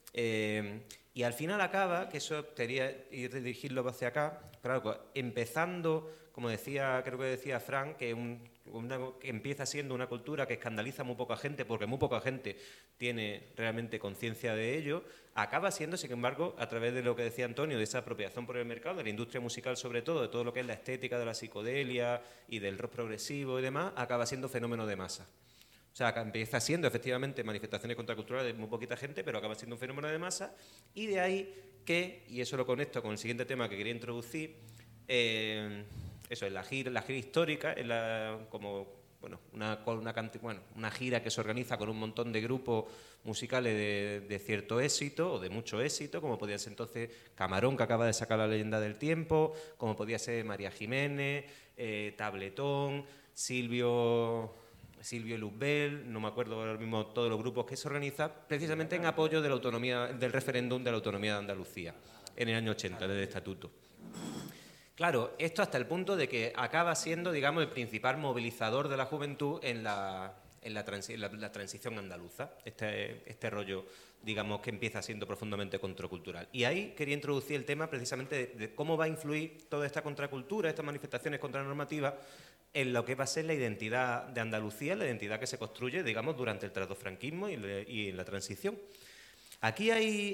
y al final acaba, que eso quería ir dirigirlo hacia acá, claro, empezando, como creo que decía Fran, que que empieza siendo una cultura que escandaliza a muy poca gente, porque muy poca gente tiene realmente conciencia de ello, acaba siendo, sin embargo, a través de lo que decía Antonio, de esa apropiación por el mercado, de la industria musical sobre todo, de todo lo que es la estética de la psicodelia y del rock progresivo y demás, acaba siendo fenómeno de masa. O sea, empieza siendo efectivamente manifestaciones contraculturales de muy poquita gente, pero acaba siendo un fenómeno de masa, y de ahí que, y eso lo conecto con el siguiente tema que quería introducir, eso es la gira histórica, como bueno, una gira que se organiza con un montón de grupos musicales de cierto éxito o de mucho éxito, como podía ser entonces Camarón, que acaba de sacar La leyenda del tiempo, como podía ser María Jiménez, Tabletón, Silvio Luzbel, no me acuerdo ahora mismo todos los grupos que se organizan precisamente en apoyo de la autonomía, del referéndum de la autonomía de Andalucía en el año 80, del estatuto. Claro, esto hasta el punto de que acaba siendo, digamos, el principal movilizador de la juventud en la transición andaluza, este rollo, digamos, que empieza siendo profundamente contracultural. Y ahí quería introducir el tema precisamente de cómo va a influir toda esta contracultura, estas manifestaciones contranormativas, en lo que va a ser la identidad de Andalucía, la identidad que se construye, digamos, durante el tardofranquismo y en la transición. Aquí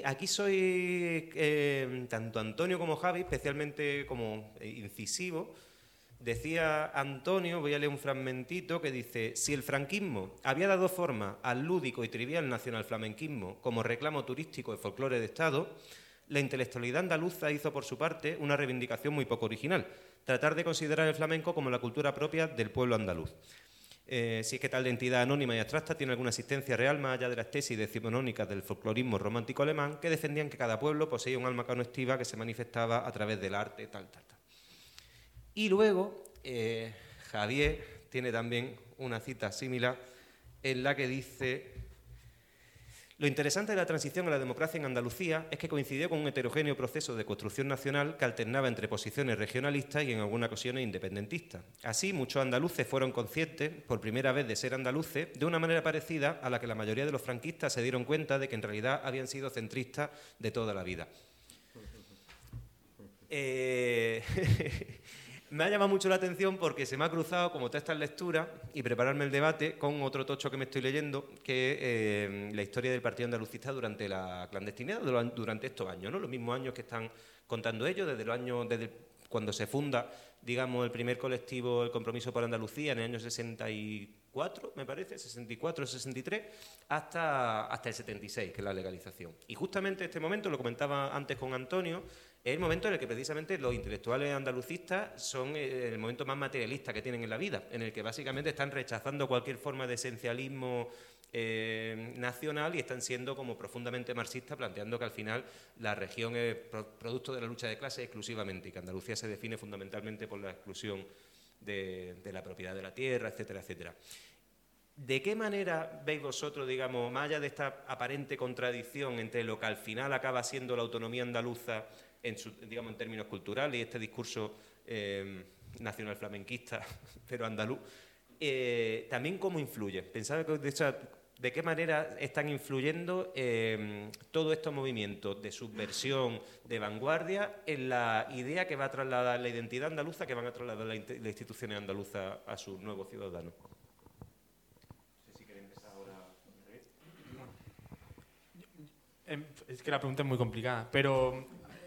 soy tanto Antonio como Javi, especialmente como incisivo. Decía Antonio, voy a leer un fragmentito que dice: si el franquismo había dado forma al lúdico y trivial nacionalflamenquismo como reclamo turístico y folclore de Estado, la intelectualidad andaluza hizo por su parte una reivindicación muy poco original: tratar de considerar el flamenco como la cultura propia del pueblo andaluz. Si es que tal entidad anónima y abstracta tiene alguna existencia real más allá de las tesis decimonónicas del folclorismo romántico alemán, que defendían que cada pueblo poseía un alma colectiva que se manifestaba a través del arte, tal. Y luego Javier tiene también una cita similar en la que dice: lo interesante de la transición a la democracia en Andalucía es que coincidió con un heterogéneo proceso de construcción nacional que alternaba entre posiciones regionalistas y en algunas ocasiones independentistas. Así, muchos andaluces fueron conscientes, por primera vez, de ser andaluces de una manera parecida a la que la mayoría de los franquistas se dieron cuenta de que en realidad habían sido centristas de toda la vida. Me ha llamado mucho la atención porque se me ha cruzado, como todas estas lecturas, y prepararme el debate con otro tocho que me estoy leyendo, que es la historia del Partido Andalucista durante la clandestinidad, durante estos años, ¿no? Los mismos años que están contando ellos, desde cuando se funda, digamos, el primer colectivo, el Compromiso por Andalucía, en el año 64, me parece, 64, 63, hasta el 76, que es la legalización. Y justamente este momento, lo comentaba antes con Antonio, es el momento en el que precisamente los intelectuales andalucistas son el momento más materialista que tienen en la vida, en el que básicamente están rechazando cualquier forma de esencialismo nacional y están siendo como profundamente marxistas, planteando que al final la región es producto de la lucha de clases exclusivamente y que Andalucía se define fundamentalmente por la exclusión de la propiedad de la tierra, etcétera, etcétera. ¿De qué manera veis vosotros, digamos, más allá de esta aparente contradicción entre lo que al final acaba siendo la autonomía andaluza en términos culturales y este discurso nacional flamenquista, pero andaluz, también cómo influye? Pensaba que de qué manera están influyendo todos estos movimientos de subversión, de vanguardia, en la idea que va a trasladar la identidad andaluza, que van a trasladar las instituciones andaluzas a sus nuevos ciudadanos. No sé si queréis empezar ahora. Es que la pregunta es muy complicada, pero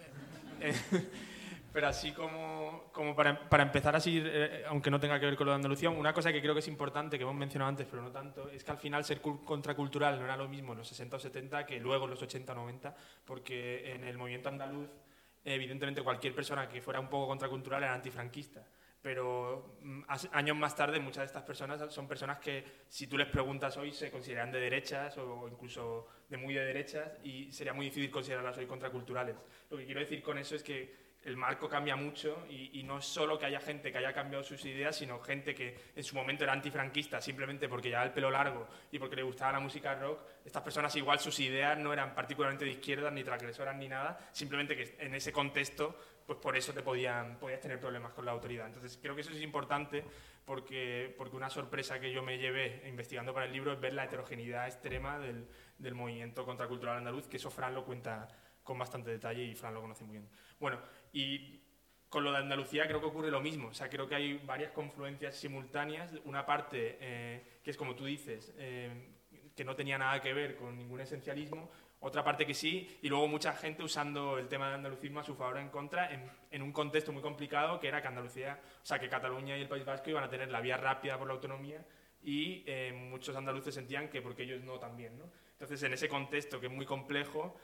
así como para empezar así, aunque no tenga que ver con lo de Andalucía, una cosa que creo que es importante, que hemos mencionado antes, pero no tanto, es que al final ser contracultural no era lo mismo en los 60 o 70 que luego en los 80 o 90, porque en el movimiento andaluz, evidentemente cualquier persona que fuera un poco contracultural era antifranquista. Pero años más tarde muchas de estas personas son personas que si tú les preguntas hoy se consideran de derechas o incluso de muy de derechas y sería muy difícil considerarlas hoy contraculturales. Lo que quiero decir con eso es que el marco cambia mucho y no es solo que haya gente que haya cambiado sus ideas, sino gente que en su momento era antifranquista simplemente porque llevaba el pelo largo y porque le gustaba la música rock. Estas personas igual sus ideas no eran particularmente de izquierda ni transgresoras ni nada, simplemente que en ese contexto pues por eso podías tener problemas con la autoridad. Entonces creo que eso es importante porque una sorpresa que yo me llevé investigando para el libro es ver la heterogeneidad extrema del movimiento contracultural andaluz, que eso Fran lo cuenta con bastante detalle y Fran lo conoce muy bien. Bueno, y con lo de Andalucía creo que ocurre lo mismo. O sea, creo que hay varias confluencias simultáneas. Una parte que es, como tú dices, que no tenía nada que ver con ningún esencialismo. Otra parte que sí, y luego mucha gente usando el tema del andalucismo a su favor o en contra, en un contexto muy complicado, que era que Andalucía, o sea, que Cataluña y el País Vasco iban a tener la vía rápida por la autonomía y muchos andaluces sentían que porque ellos no también, ¿no? Entonces, en ese contexto que es muy complejo,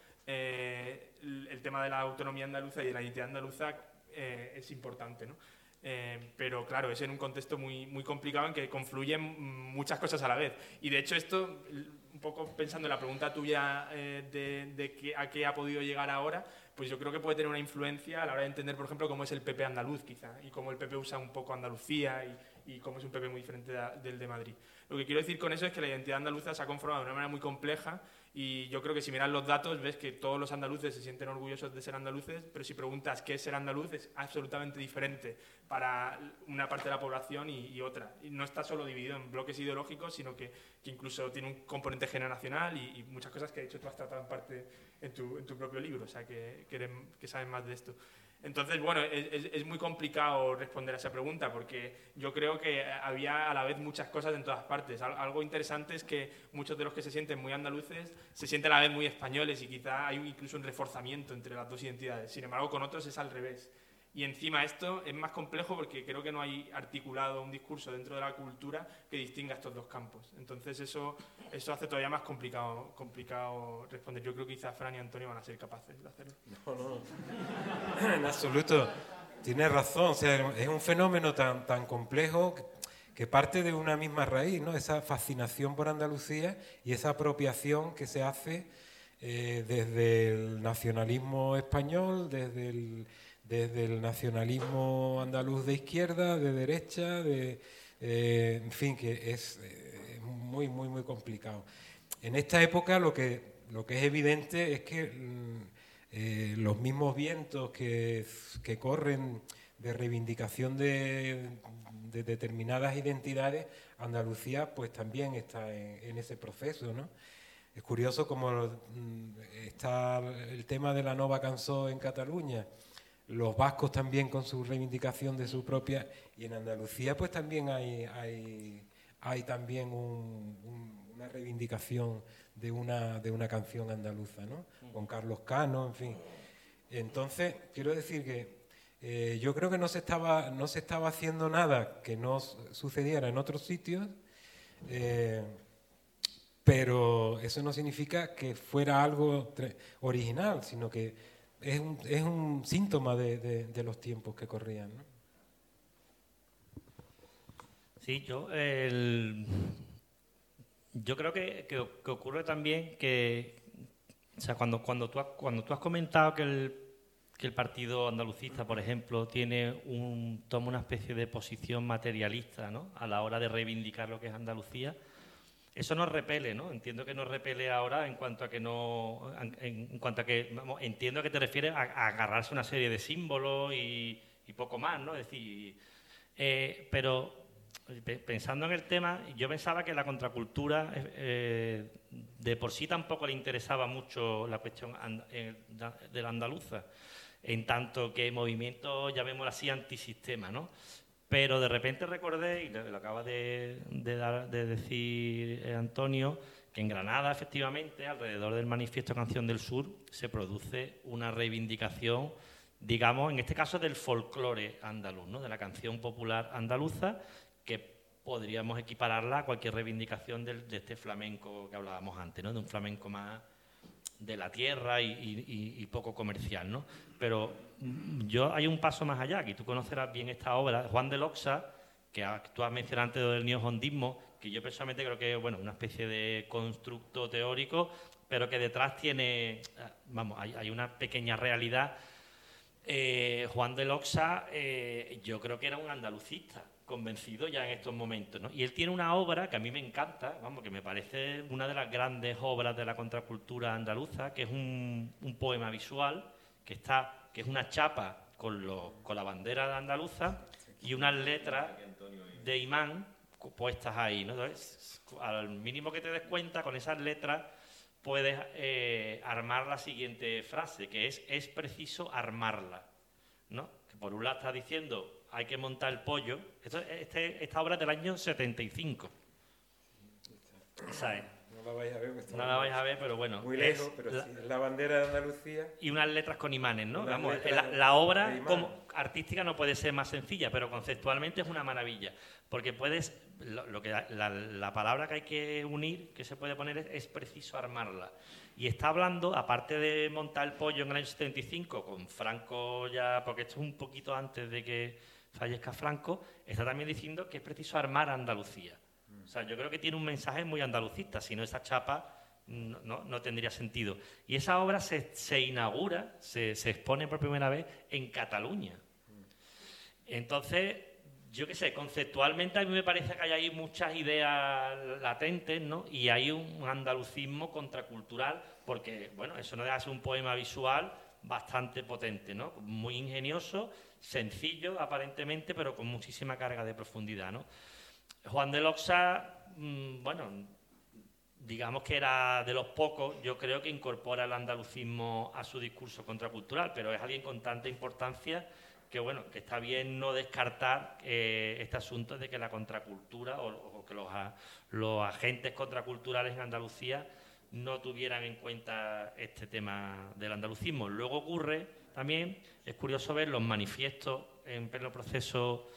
el tema de la autonomía andaluza y de la identidad andaluza es importante, ¿no? Pero claro, es en un contexto muy, muy complicado en que confluyen muchas cosas a la vez. Y de hecho esto, un poco pensando en la pregunta tuya de a qué ha podido llegar ahora, pues yo creo que puede tener una influencia a la hora de entender, por ejemplo, cómo es el PP andaluz quizá, y cómo el PP usa un poco Andalucía y cómo es un PP muy diferente del de Madrid. Lo que quiero decir con eso es que la identidad andaluza se ha conformado de una manera muy compleja y yo creo que si miras los datos ves que todos los andaluces se sienten orgullosos de ser andaluces, pero si preguntas qué es ser andaluz es absolutamente diferente para una parte de la población y otra. Y no está solo dividido en bloques ideológicos, sino que incluso tiene un componente generacional y muchas cosas que de hecho tú has tratado en parte en tu propio libro, o sea que sabes más de esto. Entonces, bueno, es muy complicado responder a esa pregunta porque yo creo que había a la vez muchas cosas en todas partes. Algo interesante es que muchos de los que se sienten muy andaluces se sienten a la vez muy españoles y quizá hay incluso un reforzamiento entre las dos identidades. Sin embargo, con otros es al revés. Y encima esto es más complejo porque creo que no hay articulado un discurso dentro de la cultura que distinga estos dos campos. Entonces eso hace todavía más complicado responder. Yo creo que quizás Fran y Antonio van a ser capaces de hacerlo. No, en absoluto. Tienes razón. O sea, es un fenómeno tan complejo que parte de una misma raíz, ¿no? Esa fascinación por Andalucía y esa apropiación que se hace desde el nacionalismo español, desde el nacionalismo andaluz de izquierda, de derecha, en fin, que es muy, muy, muy complicado. En esta época lo que es evidente es que los mismos vientos que corren de reivindicación de determinadas identidades, Andalucía pues también está en ese proceso, ¿no? Es curioso como está el tema de la nova cançó en Cataluña. los vascos también con su reivindicación de su propia, y en Andalucía pues también hay también una reivindicación de una canción andaluza, ¿no? Con Carlos Cano, en fin. Entonces, quiero decir que yo creo que no se estaba haciendo nada que no sucediera en otros sitios, pero eso no significa que fuera algo original, sino que es un síntoma de los tiempos que corrían, ¿no? Sí, yo creo que ocurre también que, o sea, cuando tú has comentado que el Partido Andalucista, por ejemplo, toma una especie de posición materialista, ¿no?, a la hora de reivindicar lo que es Andalucía, eso nos repele, ¿no? Entiendo que nos repele ahora en cuanto a que vamos, entiendo que te refieres a agarrarse a una serie de símbolos y poco más, ¿no? Es decir, pero pensando en el tema, yo pensaba que la contracultura de por sí tampoco le interesaba mucho la cuestión de la andaluza, en tanto que movimiento, llamémoslo así, antisistema, ¿no? Pero de repente recordé, y lo acaba de decir Antonio, que en Granada, efectivamente, alrededor del Manifiesto Canción del Sur, se produce una reivindicación, digamos, en este caso del folclore andaluz, ¿no?, de la canción popular andaluza, que podríamos equipararla a cualquier reivindicación de este flamenco que hablábamos antes, ¿no?, de un flamenco más de la tierra y poco comercial, ¿no? Pero hay un paso más allá, que tú conocerás bien esta obra, Juan de Loxa, que tú has mencionado antes del neohondismo, que yo personalmente creo que es, bueno, una especie de constructo teórico, pero que detrás tiene, vamos, hay una pequeña realidad. Juan de Loxa, yo creo que era un andalucista convencido ya en estos momentos, ¿no? Y él tiene una obra que a mí me encanta, vamos, que me parece una de las grandes obras de la contracultura andaluza, que es un poema visual que es una chapa con la bandera andaluza y unas letras de imán puestas ahí, ¿no? Entonces, al mínimo que te des cuenta, con esas letras puedes armar la siguiente frase, que es preciso armarla, ¿no? Que por un lado está diciendo hay que montar el pollo. Esta obra es del año 75. ¿Sabes? No la vais a ver, no la vais a ver, pero bueno. Muy lejos, pero sí, es la bandera de Andalucía. Y unas letras con imanes, ¿no? Vamos, la obra como artística no puede ser más sencilla, pero conceptualmente es una maravilla. Porque puedes, la palabra que hay que unir, que se puede poner, es preciso armarla. Y está hablando, aparte de montar el pollo en el año 75, con Franco ya, porque esto es un poquito antes de que fallezca Franco, está también diciendo que es preciso armar a Andalucía. O sea, yo creo que tiene un mensaje muy andalucista, si no esa chapa no tendría sentido. Y esa obra se inaugura, se expone por primera vez en Cataluña. Entonces, yo qué sé, conceptualmente a mí me parece que hay ahí muchas ideas latentes, ¿no? Y hay un andalucismo contracultural, porque, bueno, eso no deja de ser un poema visual bastante potente, ¿no? Muy ingenioso, sencillo aparentemente, pero con muchísima carga de profundidad, ¿no? Juan de Loxa, bueno, digamos que era de los pocos, yo creo, que incorpora el andalucismo a su discurso contracultural, pero es alguien con tanta importancia que, bueno, que está bien no descartar este asunto de que la contracultura o que los agentes contraculturales en Andalucía no tuvieran en cuenta este tema del andalucismo. Luego ocurre también, es curioso ver los manifiestos en pleno proceso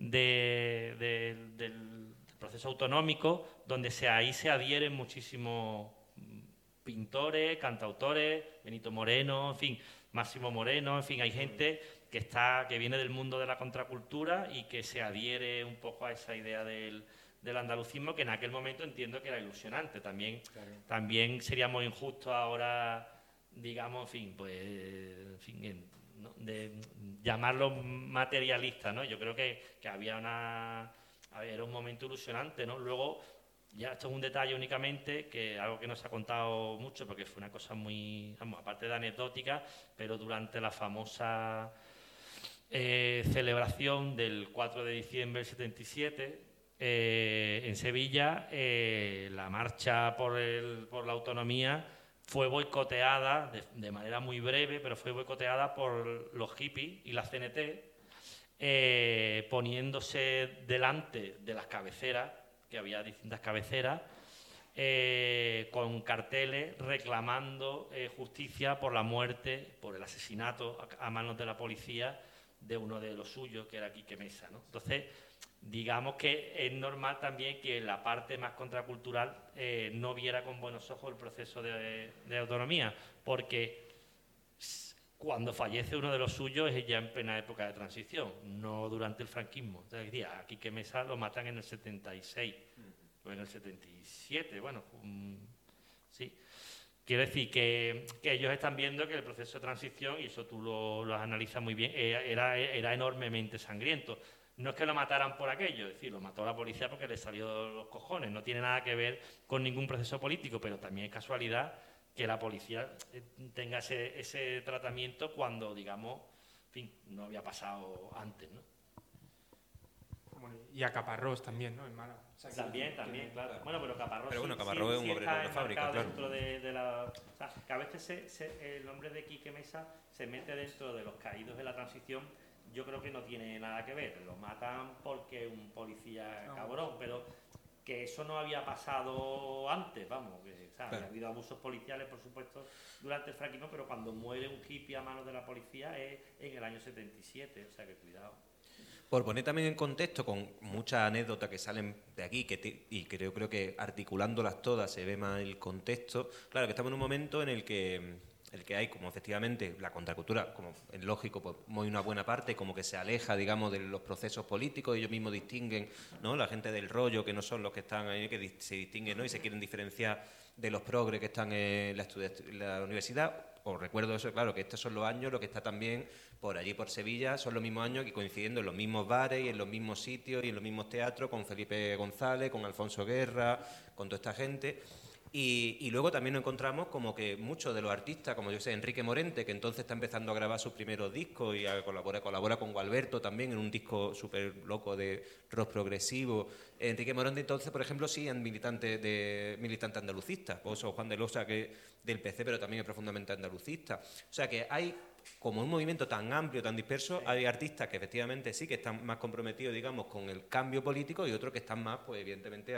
del proceso autonómico, donde ahí se adhieren muchísimos pintores, cantautores, Benito Moreno, en fin, Máximo Moreno, en fin, hay gente que viene del mundo de la contracultura y que se adhiere un poco a esa idea del andalucismo, que en aquel momento entiendo que era ilusionante. También sería muy injusto ahora, digamos, de llamarlo materialista, ¿no? Yo creo que era un momento ilusionante, ¿no? Luego, ya esto es un detalle únicamente, que algo que no se ha contado mucho, porque fue una cosa muy, aparte de anecdótica, pero durante la famosa celebración del 4 de diciembre del 77, en Sevilla, la marcha por la autonomía fue boicoteada de manera muy breve, pero fue boicoteada por los hippies y la CNT, poniéndose delante de las cabeceras, que había distintas cabeceras, con carteles reclamando justicia por la muerte, por el asesinato a manos de la policía de uno de los suyos, que era Quique Mesa, ¿no? Entonces, digamos que es normal también que la parte más contracultural no viera con buenos ojos el proceso de autonomía, porque cuando fallece uno de los suyos es ya en plena época de transición, no durante el franquismo. Es decir, a Quique Mesa lo matan en el 76 o en el 77, bueno, sí. Quiero decir que ellos están viendo que el proceso de transición, y eso tú lo analizas muy bien, era enormemente sangriento. No es que lo mataran por aquello, es decir, lo mató la policía porque le salió los cojones, no tiene nada que ver con ningún proceso político, pero también es casualidad que la policía tenga ese tratamiento cuando, digamos, en fin, no había pasado antes, ¿no? Bueno, y a Caparrós también, ¿no? En Málaga. O sea, También, claro. Bueno, pero Caparrós, Pero bueno, Caparrós es un obrero de la fábrica, claro. Dentro de la, o sea, que a veces el nombre de Quique Mesa se mete dentro de los caídos de la transición. Yo creo que no tiene nada que ver. Lo matan porque un policía cabrón, pero que eso no había pasado antes, vamos. Que, o sea, claro. Ha habido abusos policiales, por supuesto, durante el franquismo, pero cuando muere un hippie a manos de la policía es en el año 77, o sea que cuidado. Por poner también en contexto, con muchas anécdotas que salen de aquí, y creo que articulándolas todas se ve más el contexto. Claro que estamos en un momento en el que hay, como efectivamente, la contracultura, como es lógico, pues muy una buena parte, como que se aleja, digamos, de los procesos políticos, ellos mismos distinguen, ¿no? La gente del rollo, que no son los que están ahí, que se distinguen, ¿no? Y se quieren diferenciar de los progres que están en la universidad. Os recuerdo eso, claro, que estos son los años, lo que está también por allí, por Sevilla, son los mismos años que coincidiendo en los mismos bares y en los mismos sitios y en los mismos teatros, con Felipe González, con Alfonso Guerra, con toda esta gente. Y luego también nos encontramos como que muchos de los artistas, como yo sé, Enrique Morente, que entonces está empezando a grabar sus primeros discos y colabora con Gualberto también en un disco súper loco de rock progresivo. Enrique Morente entonces, por ejemplo, sí es militante andalucista, o sea, Juan de Losa, que del PC, pero también es profundamente andalucista. O sea que hay como un movimiento tan amplio, tan disperso, hay artistas que efectivamente sí que están más comprometidos, digamos, con el cambio político y otros que están más, pues evidentemente,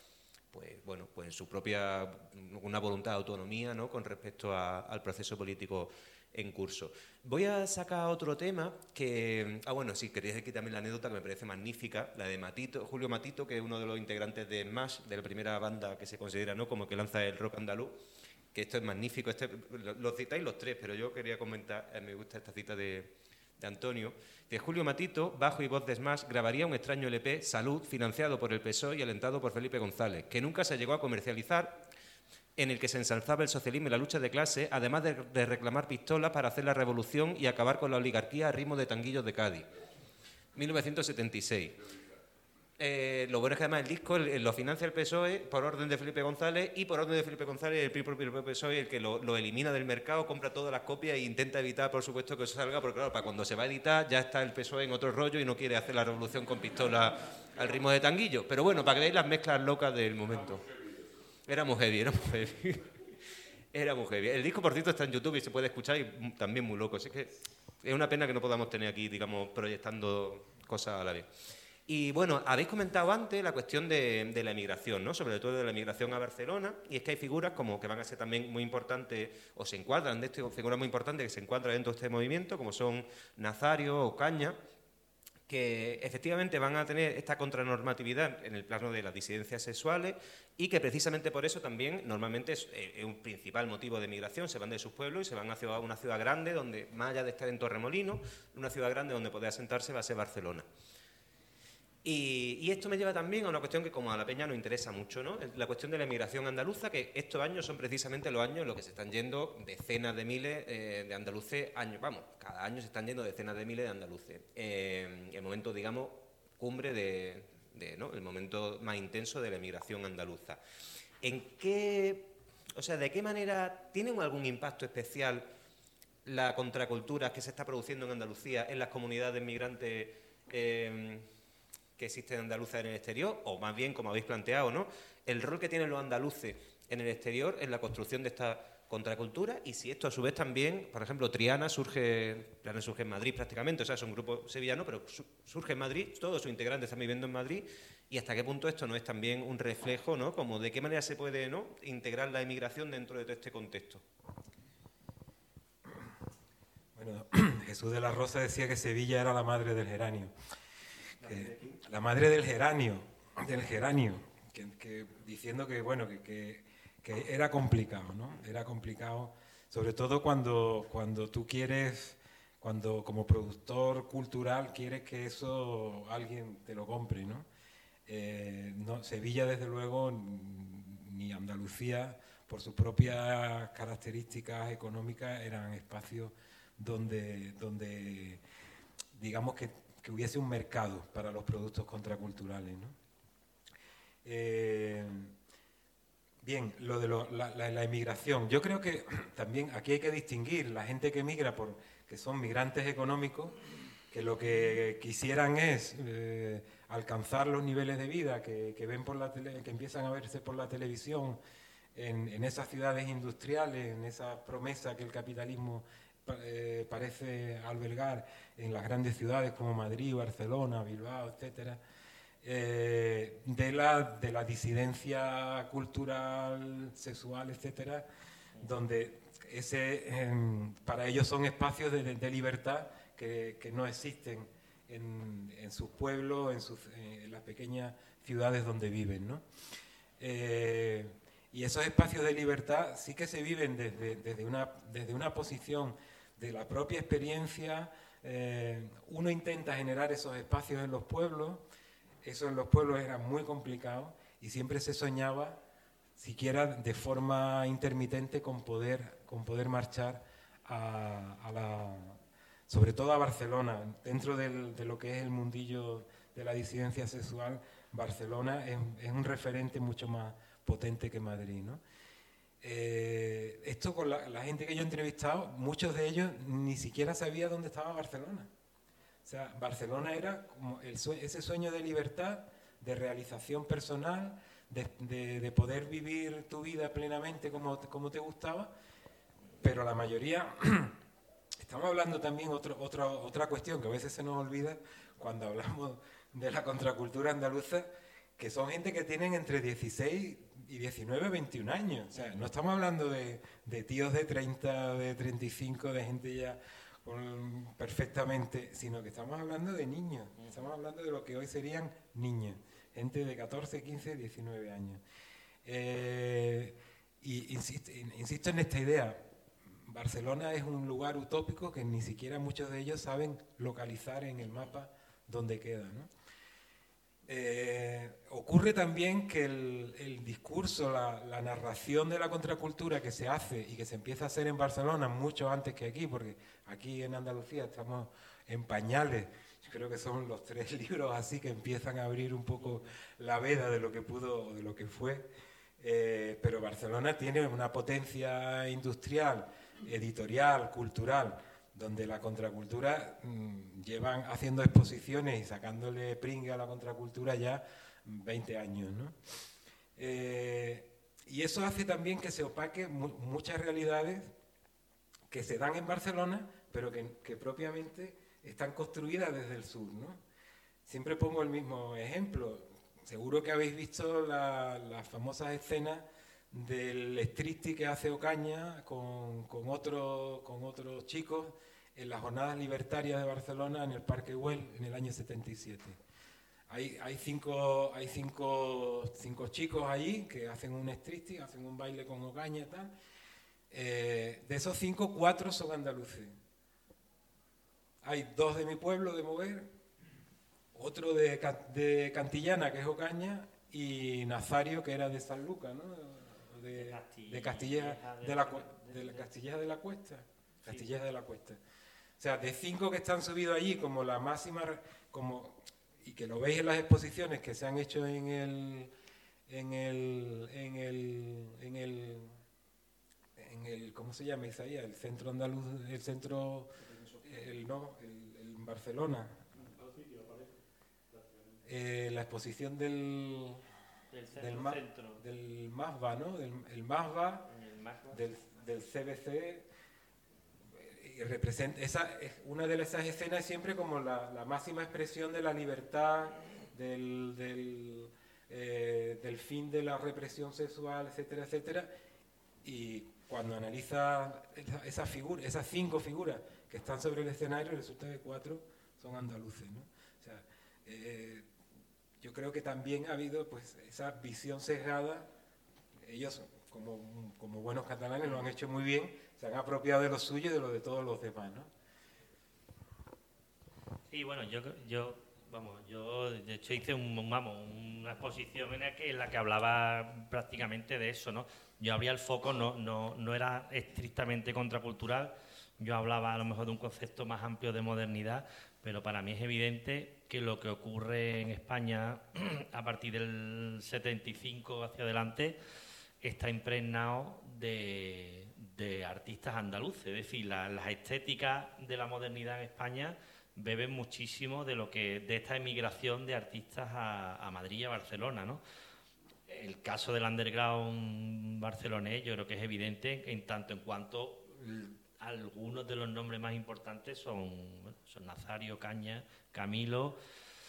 pues en su propia, una voluntad de autonomía, ¿no? Con respecto al proceso político en curso. Voy a sacar otro tema que... bueno, sí, quería decir aquí también la anécdota que me parece magnífica, la de Julio Matito, que es uno de los integrantes de Smash, de la primera banda que se considera, ¿no?, como que lanza el rock andaluz, que esto es magnífico. Lo citáis los tres, pero yo quería comentar, me gusta esta cita de Antonio, que Julio Matito, bajo y voz de Smash, grabaría un extraño LP, Salud, financiado por el PSOE y alentado por Felipe González, que nunca se llegó a comercializar, en el que se ensalzaba el socialismo y la lucha de clase, además de reclamar pistolas para hacer la revolución y acabar con la oligarquía a ritmo de tanguillos de Cádiz. 1976. Lo bueno es que además el disco lo financia el PSOE por orden de Felipe González, y por orden de Felipe González el propio PSOE el que lo elimina del mercado, compra todas las copias e intenta evitar, por supuesto, que eso salga, porque claro, para cuando se va a editar ya está el PSOE en otro rollo y no quiere hacer la revolución con pistola al ritmo de tanguillo. Pero bueno, para que veáis las mezclas locas del momento. Era muy heavy. Era muy heavy. El disco, por cierto, está en YouTube y se puede escuchar, y también muy loco. Así que es una pena que no podamos tener aquí, digamos, proyectando cosas a la vez. Y bueno, habéis comentado antes la cuestión de la emigración, ¿no? Sobre todo de la emigración a Barcelona, y es que hay figuras como que van a ser también muy importantes, o se encuadran de esto, figuras muy importantes que se encuadran dentro de este movimiento, como son Nazario o Caña, que efectivamente van a tener esta contranormatividad en el plano de las disidencias sexuales, y que precisamente por eso también normalmente es un principal motivo de migración. Se van de sus pueblos y se van a una ciudad grande, donde más allá de estar en Torremolinos, una ciudad grande donde poder asentarse va a ser Barcelona. Y esto me lleva también a una cuestión que como a la peña nos interesa mucho, ¿no? La cuestión de la emigración andaluza, que estos años son precisamente los años en los que se están yendo decenas de miles de andaluces, cada año se están yendo decenas de miles de andaluces. El momento, digamos, cumbre ¿no? El momento más intenso de la emigración andaluza. ¿De qué manera tiene algún impacto especial la contracultura que se está produciendo en Andalucía en las comunidades migrantes que existen andaluzas en el exterior, o más bien, como habéis planteado, ¿no?, el rol que tienen los andaluces en el exterior en la construcción de esta contracultura y si esto a su vez también, por ejemplo, Triana surge en Madrid prácticamente, o sea, es un grupo sevillano, pero surge en Madrid, todos sus integrantes están viviendo en Madrid, y hasta qué punto esto no es también un reflejo, ¿no? Como de qué manera se puede, ¿no?, integrar la emigración dentro de todo este contexto. Bueno, Jesús de la Rosa decía que Sevilla era la madre del geranio. La madre del geranio, diciendo que, bueno, que era complicado, ¿no? Era complicado, sobre todo cuando tú quieres, cuando como productor cultural quieres que eso alguien te lo compre, ¿no? Sevilla, desde luego, ni Andalucía, por sus propias características económicas, eran espacios donde digamos que hubiese un mercado para los productos contraculturales, ¿no? Bien, lo de la emigración. Yo creo que también aquí hay que distinguir la gente que emigra, que son migrantes económicos, que lo que quisieran es alcanzar los niveles de vida que ven que empiezan a verse por la televisión en esas ciudades industriales, en esa promesa que el capitalismo parece albergar en las grandes ciudades como Madrid, Barcelona, Bilbao, etcétera. De la disidencia cultural, sexual, etcétera, donde para ellos son espacios de libertad que no existen en sus pueblos, en las pequeñas ciudades donde viven, ¿no? Y esos espacios de libertad sí que se viven desde una posición de la propia experiencia. Uno intenta generar esos espacios en los pueblos. Eso en los pueblos era muy complicado y siempre se soñaba, siquiera de forma intermitente, con poder marchar sobre todo a Barcelona. Dentro de lo que es el mundillo de la disidencia sexual, Barcelona es un referente mucho más potente que Madrid, ¿no? Esto con la gente que yo he entrevistado, muchos de ellos ni siquiera sabía dónde estaba Barcelona. O sea, Barcelona era como ese sueño de libertad, de realización personal, de poder vivir tu vida plenamente como te gustaba, pero la mayoría... Estamos hablando también otra cuestión que a veces se nos olvida cuando hablamos de la contracultura andaluza, que son gente que tienen entre 16 y 19, 21 años. O sea, no estamos hablando de tíos de 30, de 35, de gente ya... perfectamente, sino que estamos hablando de niños, estamos hablando de lo que hoy serían niños, gente de 14, 15, 19 años. Y insisto en esta idea, Barcelona es un lugar utópico que ni siquiera muchos de ellos saben localizar en el mapa dónde queda, ¿no? Ocurre también que el discurso, la narración de la contracultura que se hace y que se empieza a hacer en Barcelona mucho antes que aquí, porque aquí en Andalucía estamos en pañales. Yo creo que son los 3 libros así que empiezan a abrir un poco la veda de lo que pudo, de lo que fue. Pero Barcelona tiene una potencia industrial, editorial, cultural, donde la contracultura llevan haciendo exposiciones y sacándole pringue a la contracultura ya 20 años, ¿no? Y eso hace también que se opaque muchas realidades que se dan en Barcelona, pero que propiamente están construidas desde el sur, ¿no? Siempre pongo el mismo ejemplo. Seguro que habéis visto las famosas escenas del striptease que hace Ocaña con otros chicos en las jornadas libertarias de Barcelona en el Parque Güell en el año 77. Hay cinco chicos allí que hacen un striptease, hacen un baile con Ocaña y tal. De esos 5, 4 son andaluces. Hay 2 de mi pueblo, de Moguer, otro de Cantillana, que es Ocaña, y Nazario, que era de San Lucas, ¿no? De Castilleja de la Cuesta. Castilleja de la Cuesta. O sea, de 5 que están subidos allí como la máxima, y que lo veis en las exposiciones que se han hecho en el ¿cómo se llama Isaías? El centro andaluz, en Barcelona. La exposición del MASBA, ¿no? El MASBA del CBC, y representa una de esas escenas es siempre como la máxima expresión de la libertad, del fin de la represión sexual, etcétera, etcétera. Y cuando analiza esas 5 figuras que están sobre el escenario, resulta que 4 son andaluces, ¿no? O sea, yo creo que también ha habido pues esa visión sesgada. Ellos, como buenos catalanes, lo han hecho muy bien, se han apropiado de lo suyo y de lo de todos los demás, ¿no? Sí, bueno, yo de hecho hice una exposición en la que hablaba prácticamente de eso, ¿no? Yo abría el foco, no era estrictamente contracultural, yo hablaba a lo mejor de un concepto más amplio de modernidad, pero para mí es evidente que lo que ocurre en España a partir del 75 hacia adelante está impregnado de artistas andaluces, es decir, las estéticas de la modernidad en España beben muchísimo de esta emigración de artistas a Madrid y a Barcelona, ¿no? El caso del underground barcelonés yo creo que es evidente en tanto en cuanto algunos de los nombres más importantes son Nazario, Caña, Camilo,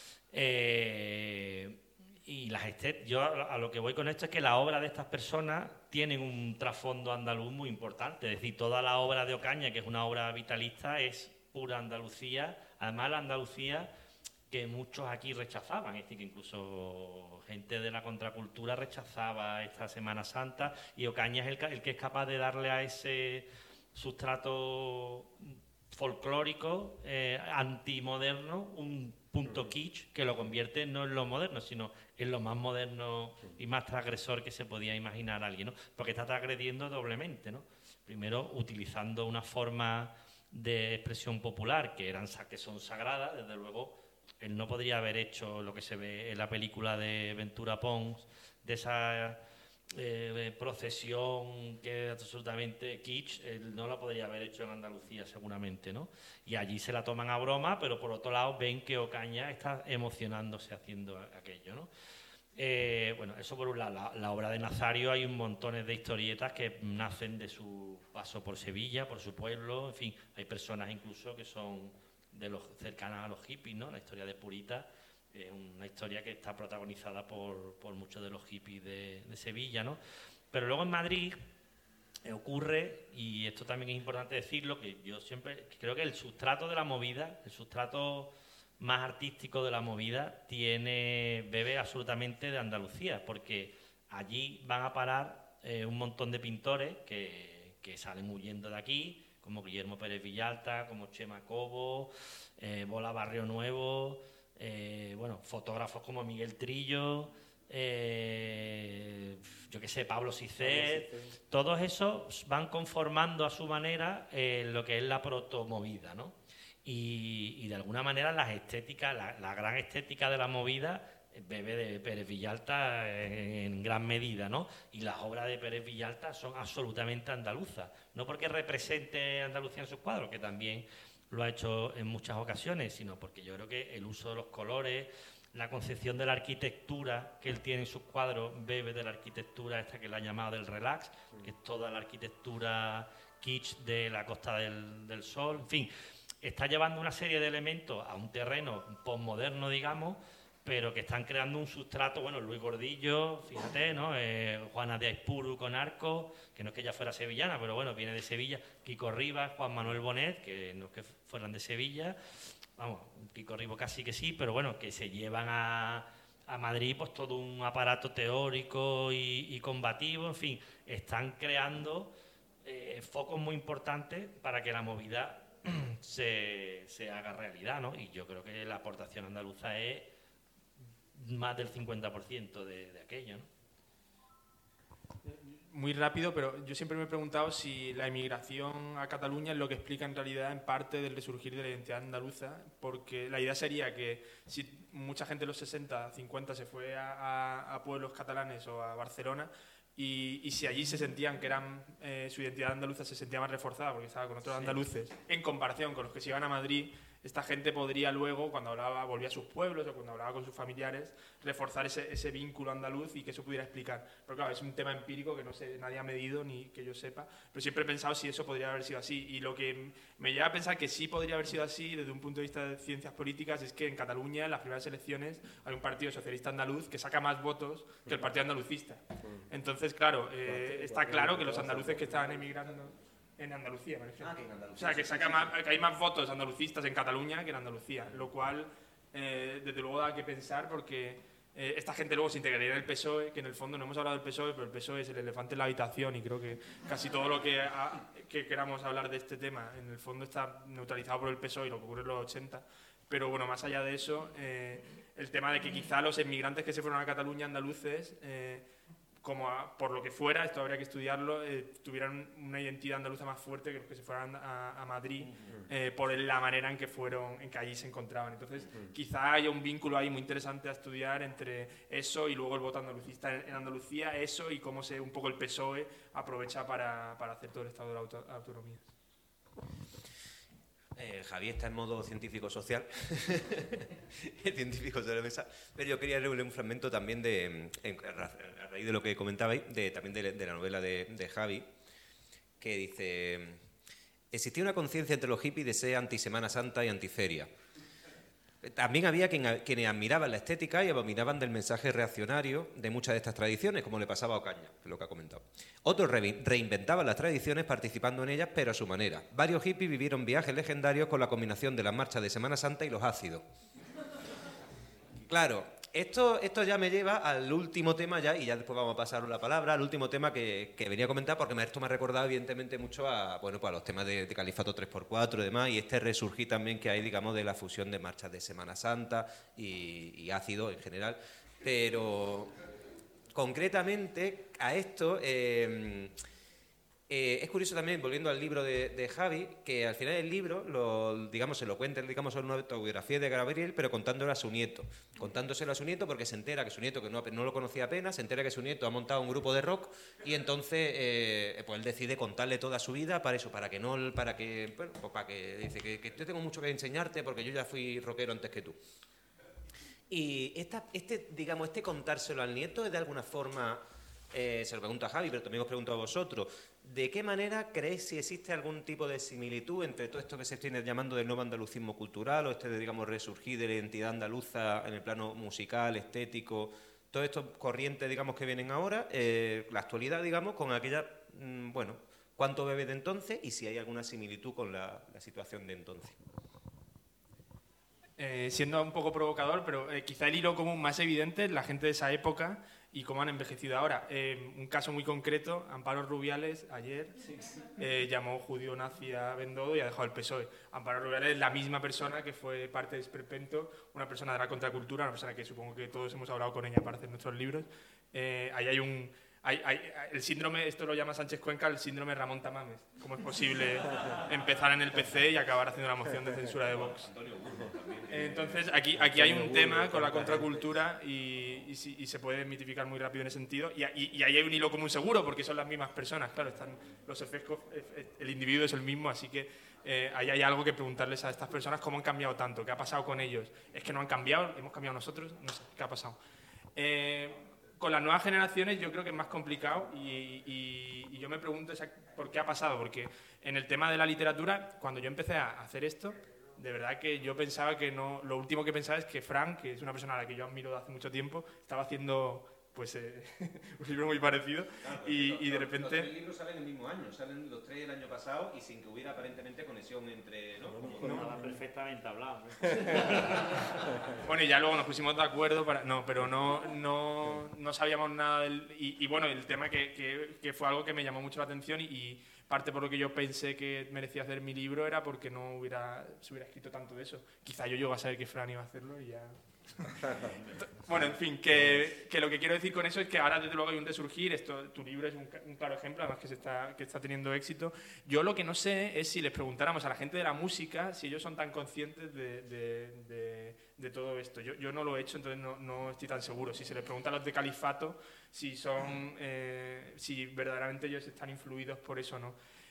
y yo a lo que voy con esto es que la obra de estas personas tienen un trasfondo andaluz muy importante, es decir, toda la obra de Ocaña, que es una obra vitalista, es pura Andalucía, además la Andalucía que muchos aquí rechazaban, es decir, que incluso gente de la contracultura rechazaba esta Semana Santa, y Ocaña es el que es capaz de darle a ese sustrato folclórico, antimoderno, un punto kitsch que lo convierte no en lo moderno, sino en lo más moderno y más transgresor que se podía imaginar alguien, ¿no? Porque está transgrediendo doblemente, ¿no? Primero, utilizando una forma de expresión popular que son sagradas, desde luego. Él no podría haber hecho lo que se ve en la película de Ventura Pons, de esa procesión que es absolutamente kitsch. Él no la podría haber hecho en Andalucía seguramente, ¿no? Y allí se la toman a broma, pero por otro lado ven que Ocaña está emocionándose haciendo aquello, ¿no? Bueno, eso por un lado. La obra de Nazario, hay un montón de historietas que nacen de su paso por Sevilla, por su pueblo, en fin, hay personas incluso que son cercanas a los hippies, ¿no? La historia de Purita es una historia que está protagonizada por muchos de los hippies de Sevilla, ¿no? Pero luego en Madrid ocurre, y esto también es importante decirlo, que yo siempre creo que el sustrato de la movida, el sustrato más artístico de la movida, bebe absolutamente de Andalucía, porque allí van a parar un montón de pintores que salen huyendo de aquí, como Guillermo Pérez Villalta, como Chema Cobo, Bola Barrio Nuevo, bueno, fotógrafos como Miguel Trillo, yo qué sé, Pablo Sicet, todos esos van conformando a su manera lo que es la protomovida, ¿no? Y de alguna manera las estéticas, la gran estética de la movida bebe de Pérez Villalta en gran medida, ¿no? Y las obras de Pérez Villalta son absolutamente andaluzas, no porque represente Andalucía en sus cuadros, que también lo ha hecho en muchas ocasiones, sino porque yo creo que el uso de los colores, la concepción de la arquitectura que él tiene en sus cuadros bebe de la arquitectura esta que él ha llamado del relax, que es toda la arquitectura kitsch de la Costa del Sol, en fin, está llevando una serie de elementos a un terreno posmoderno, digamos, pero que están creando un sustrato. Bueno, Luis Gordillo, fíjate, ¿no? Juana de Aispuru con arco, que no es que ella fuera sevillana, pero bueno, viene de Sevilla. Kiko Rivas, Juan Manuel Bonet, que no es que fueran de Sevilla, vamos, Kiko Rivas casi que sí, pero bueno, que se llevan a Madrid pues todo un aparato teórico y combativo, en fin, están creando focos muy importantes para que la movida se haga realidad, ¿no? Y yo creo que la aportación andaluza es más del 50% de aquello, ¿no? Muy rápido, pero yo siempre me he preguntado si la emigración a Cataluña es lo que explica en realidad en parte del resurgir de la identidad andaluza, porque la idea sería que si mucha gente de los 60, 50 se fue a pueblos catalanes o a Barcelona, y si allí se sentían que eran su identidad andaluza se sentía más reforzada porque estaba con otros andaluces, en comparación con los que se iban a Madrid, esta gente podría luego, cuando volvía a sus pueblos o cuando hablaba con sus familiares, reforzar ese vínculo andaluz y que eso pudiera explicar. Pero claro, es un tema empírico que no sé, nadie ha medido ni que yo sepa, pero siempre he pensado si eso podría haber sido así. Y lo que me lleva a pensar que sí podría haber sido así desde un punto de vista de ciencias políticas es que en Cataluña, en las primeras elecciones, hay un partido socialista andaluz que saca más votos que el partido andalucista. Entonces, claro, está claro que los andaluces que estaban emigrando en Andalucía, me refiero. O sea, que hay más votos andalucistas en Cataluña que en Andalucía, lo cual, desde luego, da que pensar porque esta gente luego se integraría en el PSOE, que en el fondo no hemos hablado del PSOE, pero el PSOE es el elefante en la habitación y creo que casi todo lo que queramos hablar de este tema, en el fondo está neutralizado por el PSOE y lo que ocurre en los 80. Pero bueno, más allá de eso, el tema de que quizá los inmigrantes que se fueron a Cataluña andaluces, por lo que fuera, esto habría que estudiarlo, tuvieran una identidad andaluza más fuerte que los que se fueran a Madrid por la manera en que allí se encontraban. Entonces, quizá haya un vínculo ahí muy interesante a estudiar entre eso y luego el voto andalucista en Andalucía, eso y cómo un poco el PSOE aprovecha para hacer todo el estado de la autonomía. Javier está en modo científico-social, el científico de la mesa, pero yo quería leer un fragmento también a raíz de lo que comentabais, también de la novela de Javi, que dice: existía una conciencia entre los hippies de ser anti-Semana Santa y antiferia. También había quienes admiraban la estética y abominaban del mensaje reaccionario de muchas de estas tradiciones, como le pasaba a Ocaña, que es lo que ha comentado. Otros reinventaban las tradiciones participando en ellas, pero a su manera. Varios hippies vivieron viajes legendarios con la combinación de las marchas de Semana Santa y los ácidos. Claro, esto ya me lleva al último tema y ya después vamos a pasar la palabra, al último tema que venía a comentar, porque esto me ha recordado evidentemente mucho a los temas de Califato 3x4 y demás, y este resurgir también que hay, digamos, de la fusión de marchas de Semana Santa y ácido en general. Pero concretamente a esto... es curioso también, volviendo al libro de Javi, que al final del libro se lo cuenta, digamos, en una autobiografía de Gabriel, pero contándoselo a su nieto porque se entera que su nieto, que no lo conocía apenas, se entera que su nieto ha montado un grupo de rock y entonces pues él decide contarle toda su vida para que dice que yo tengo mucho que enseñarte porque yo ya fui rockero antes que tú. Y este contárselo al nieto es de alguna forma... se lo pregunto a Javi, pero también os pregunto a vosotros. ¿De qué manera creéis si existe algún tipo de similitud entre todo esto que se está llamando del nuevo andalucismo cultural o de, digamos, resurgir de la identidad andaluza en el plano musical, estético, todos estos corrientes, digamos, que vienen ahora, la actualidad, digamos, con aquella, cuánto bebe de entonces y si hay alguna similitud con la situación de entonces? Siendo un poco provocador, pero quizá el hilo común más evidente es la gente de esa época y cómo han envejecido ahora. Un caso muy concreto, Amparo Rubiales ayer llamó judío nazi a Bendodo y ha dejado el PSOE. Amparo Rubiales es la misma persona que fue parte de Esperpento, una persona de la contracultura, una persona que supongo que todos hemos hablado con ella para hacer nuestros libros. Ahí hay un... el síndrome, esto lo llama Sánchez Cuenca, el síndrome Ramón Tamames. ¿Cómo es posible empezar en el PC y acabar haciendo una moción de censura de Vox? Entonces, aquí hay un tema con la contracultura y se puede mitificar muy rápido en ese sentido. Y ahí hay un hilo común seguro, porque son las mismas personas. Claro, están los efectos, el individuo es el mismo, así que ahí hay algo que preguntarles a estas personas cómo han cambiado tanto, qué ha pasado con ellos. ¿Es que no han cambiado? ¿Hemos cambiado nosotros? No sé, ¿qué ha pasado? Con las nuevas generaciones yo creo que es más complicado y yo me pregunto por qué ha pasado, porque en el tema de la literatura, cuando yo empecé a hacer esto, de verdad que yo pensaba que no, lo último que pensaba es que Frank, que es una persona a la que yo admiro de hace mucho tiempo, estaba haciendo pues un libro muy parecido, claro, y de repente... Los tres libros salen el mismo año, salen los tres el año pasado y sin que hubiera aparentemente conexión entre... ¿no? Estaba perfectamente hablado. Bueno, y ya luego nos pusimos de acuerdo, pero no sabíamos nada del... Y bueno, el tema que fue algo que me llamó mucho la atención y parte por lo que yo pensé que merecía hacer mi libro era porque se hubiera escrito tanto de eso. Quizá yo llego a saber que Fran iba a hacerlo y ya... Bueno, en fin, que lo que quiero decir con eso es que ahora desde luego hay un resurgir. Tu libro es un claro ejemplo, además que está teniendo éxito. Yo lo que no sé es si les preguntáramos a la gente de la música si ellos son tan conscientes de todo esto. Yo no lo he hecho, entonces no estoy tan seguro. Si se les pregunta a los de Califato si verdaderamente ellos están influidos por eso o no.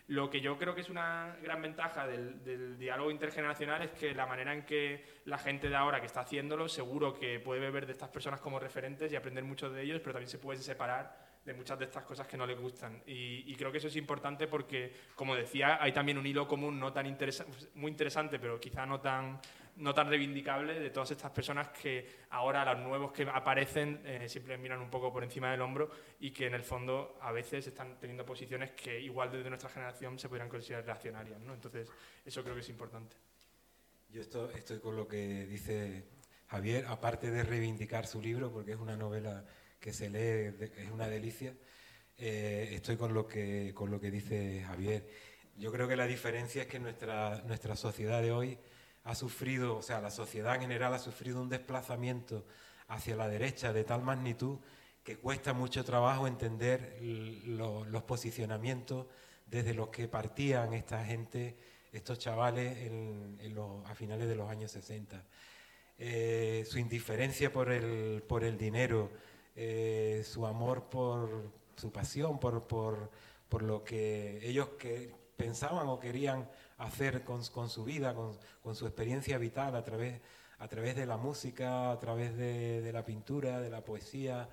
Lo que yo creo que es una gran ventaja del diálogo intergeneracional es que la manera en que la gente de ahora que está haciéndolo seguro que puede beber de estas personas como referentes y aprender mucho de ellos, pero también se puede separar de muchas de estas cosas que no les gustan. Y creo que eso es importante porque, como decía, hay también un hilo común no tan muy interesante, pero quizá no tan reivindicable de todas estas personas que ahora, los nuevos que aparecen, siempre miran un poco por encima del hombro y que en el fondo a veces están teniendo posiciones que igual desde nuestra generación se podrían considerar reaccionarias, ¿no? Entonces, eso creo que es importante. Yo estoy con lo que dice Javier, aparte de reivindicar su libro, porque es una novela que se lee, es una delicia, estoy con lo que dice Javier. Yo creo que la diferencia es que nuestra sociedad de hoy ha sufrido, o sea, la sociedad en general ha sufrido un desplazamiento hacia la derecha de tal magnitud que cuesta mucho trabajo entender los posicionamientos desde los que partían esta gente, estos chavales a finales de los años 60. Su indiferencia por el dinero, su amor su pasión por lo que ellos pensaban o querían hacer con su vida, con su experiencia vital a través de la música, a través de la pintura, de la poesía,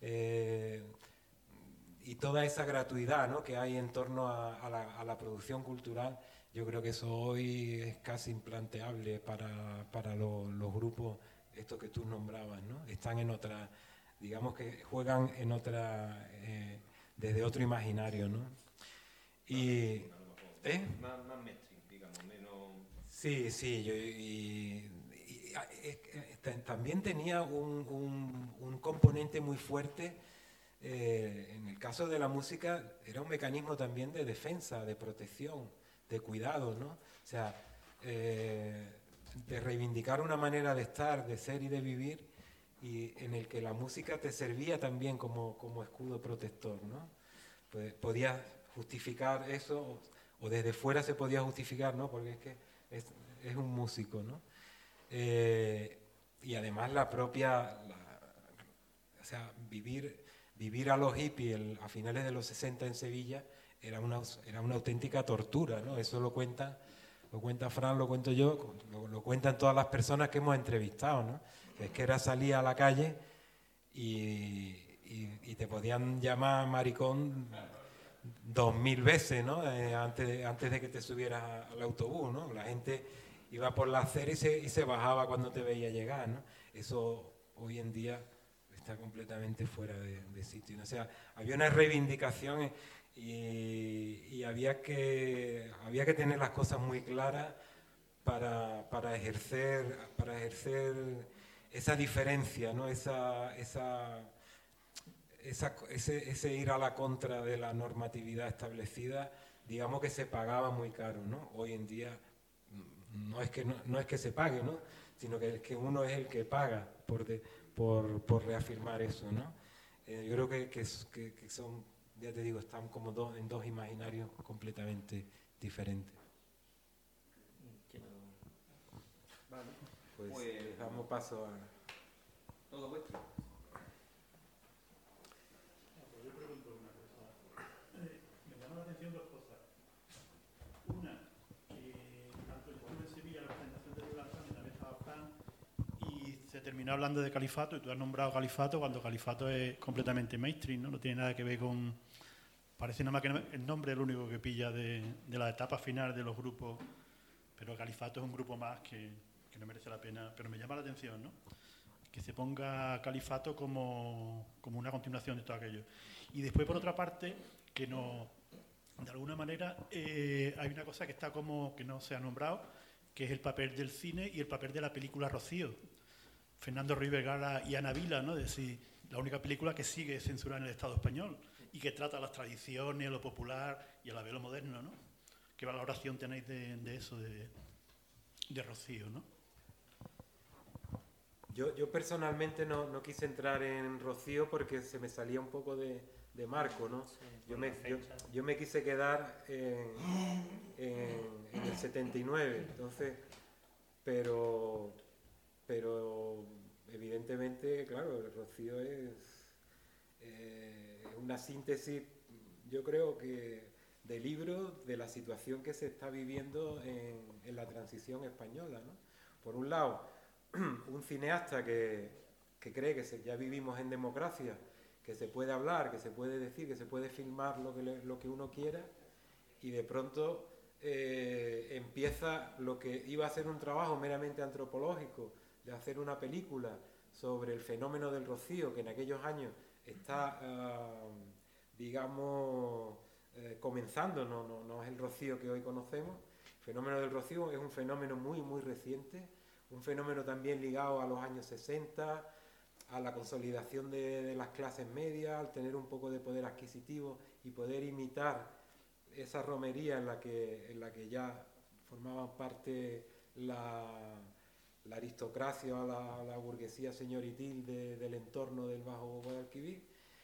y toda esa gratuidad, ¿no?, que hay en torno a la producción cultural. Yo creo que eso hoy es casi implanteable para los grupos, estos que tú nombrabas, ¿no? Están en otra, digamos que juegan en otra, desde otro imaginario, ¿no? Y más mainstream, digamos, menos... Sí, también tenía un componente muy fuerte. En el caso de la música era un mecanismo también de defensa, de protección, de cuidado, ¿no? O sea, de reivindicar una manera de estar, de ser y de vivir, y en el que la música te servía también como escudo protector, ¿no? Pues podías justificar eso, o desde fuera se podía justificar, ¿no? Porque es que es un músico, ¿no? Y además o sea, vivir a los hippies a finales de los 60 en Sevilla era una auténtica tortura, ¿no? Eso lo cuenta Fran, lo cuento yo, lo cuentan todas las personas que hemos entrevistado, ¿no? Es que era salir a la calle y te podían llamar maricón 2000 veces, ¿no? Antes de que te subieras al autobús, ¿no? La gente iba por la acera y se bajaba cuando te veía llegar, ¿no? Eso hoy en día está completamente fuera de sitio, ¿no? O sea, había una reivindicación y había que tener las cosas muy claras para ejercer esa diferencia, ¿no? Ese ir a la contra de la normatividad establecida, digamos que se pagaba muy caro, ¿no? Hoy en día no es que se pague, ¿no? Sino que uno es el que paga por reafirmar eso, ¿no? Yo creo que son, ya te digo, están como en dos imaginarios completamente diferentes. Vale, pues damos paso a... Todo vuestro. Yo pregunto una cosa. Me llama la atención dos cosas. Una, que tanto estuve en Sevilla, la presentación de Roland Trump, también estaba Fran, y se terminó hablando de Califato, y tú has nombrado Califato cuando Califato es completamente mainstream, ¿no? No tiene nada que ver con... Parece nada más que el nombre es lo único que pilla de la etapa final de los grupos, pero Califato es un grupo más que no merece la pena, pero me llama la atención, ¿no? Que se ponga Califato como una continuación de todo aquello. Y después, por otra parte, que no, de alguna manera, hay una cosa que está como que no se ha nombrado, que es el papel del cine y el papel de la película Rocío. Fernando Ruiz Vergara y Ana Vila, ¿no? Es decir, la única película que sigue censurada en el Estado español y que trata las tradiciones, lo popular y a la vez lo moderno, ¿no? ¿Qué valoración tenéis de eso, de Rocío, ¿no? Yo personalmente no quise entrar en Rocío porque se me salía un poco de marco, ¿no? Sí, yo me quise quedar en el 79, entonces, pero evidentemente, claro, Rocío es una síntesis, yo creo que de libro de la situación que se está viviendo en la transición española, ¿no? Por un lado, un cineasta que cree que ya vivimos en democracia, que se puede hablar, que se puede decir, que se puede filmar lo que uno quiera, y de pronto empieza lo que iba a ser un trabajo meramente antropológico, de hacer una película sobre el fenómeno del rocío, que en aquellos años está, digamos, comenzando, no es el rocío que hoy conocemos. El fenómeno del rocío es un fenómeno muy, muy reciente, un fenómeno también ligado a los años 60, a la consolidación de las clases medias, al tener un poco de poder adquisitivo y poder imitar esa romería en la que ya formaban parte la aristocracia o la burguesía señoritil del entorno del Bajo Guadalquivir.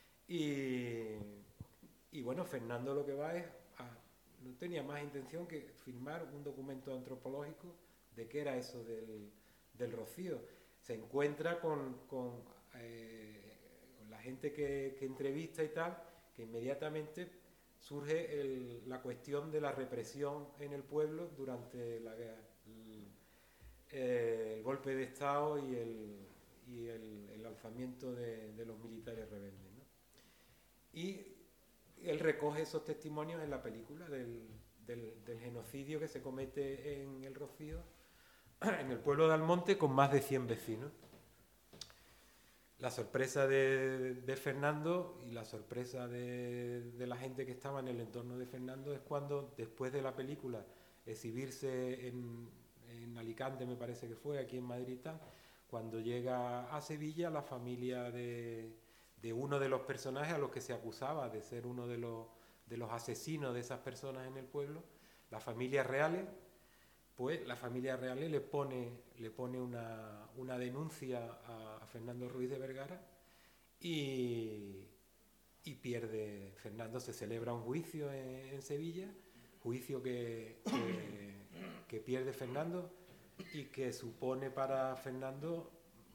Y bueno, Fernando lo que va es no tenía más intención que filmar un documento antropológico de qué era eso del rocío. Se encuentra con la gente que entrevista y tal, que inmediatamente surge la cuestión de la represión en el pueblo durante el golpe de Estado y el alzamiento de los militares rebeldes, ¿no? Y él recoge esos testimonios en la película del genocidio que se comete en el Rocío, en el pueblo de Almonte, con más de 100 vecinos. La sorpresa de Fernando y la sorpresa de la gente que estaba en el entorno de Fernando es cuando, después de la película exhibirse en Alicante, me parece que fue, aquí en Madrid y tal, cuando llega a Sevilla la familia de uno de los personajes a los que se acusaba de ser uno de los asesinos de esas personas en el pueblo, la familia Reales, pues la familia Reales le pone una denuncia a Fernando Ruiz de Vergara y pierde Fernando. Se celebra un juicio en Sevilla, juicio que pierde Fernando y que supone para Fernando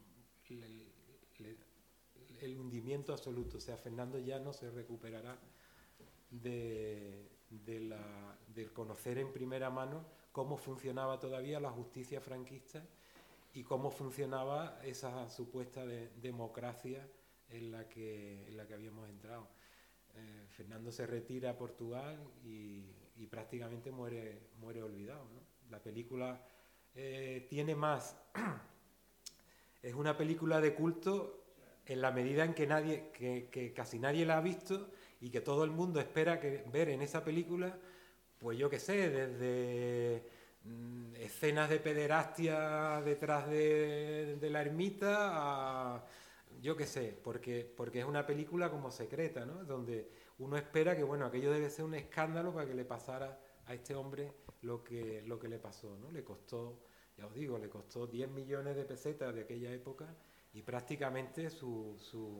el hundimiento absoluto. O sea, Fernando ya no se recuperará del conocer en primera mano cómo funcionaba todavía la justicia franquista y cómo funcionaba esa supuesta democracia en la que habíamos entrado. Fernando se retira a Portugal y prácticamente muere olvidado, ¿no? La película tiene más... Es una película de culto en la medida en que casi nadie la ha visto y que todo el mundo espera ver en esa película, pues yo qué sé, desde escenas de pederastia detrás de la ermita a yo qué sé, porque es una película como secreta, ¿no? Donde uno espera que, bueno, aquello debe ser un escándalo para que le pasara a este hombre lo que le pasó, ¿no? Le costó, ya os digo, le costó 10 millones de pesetas de aquella época y prácticamente su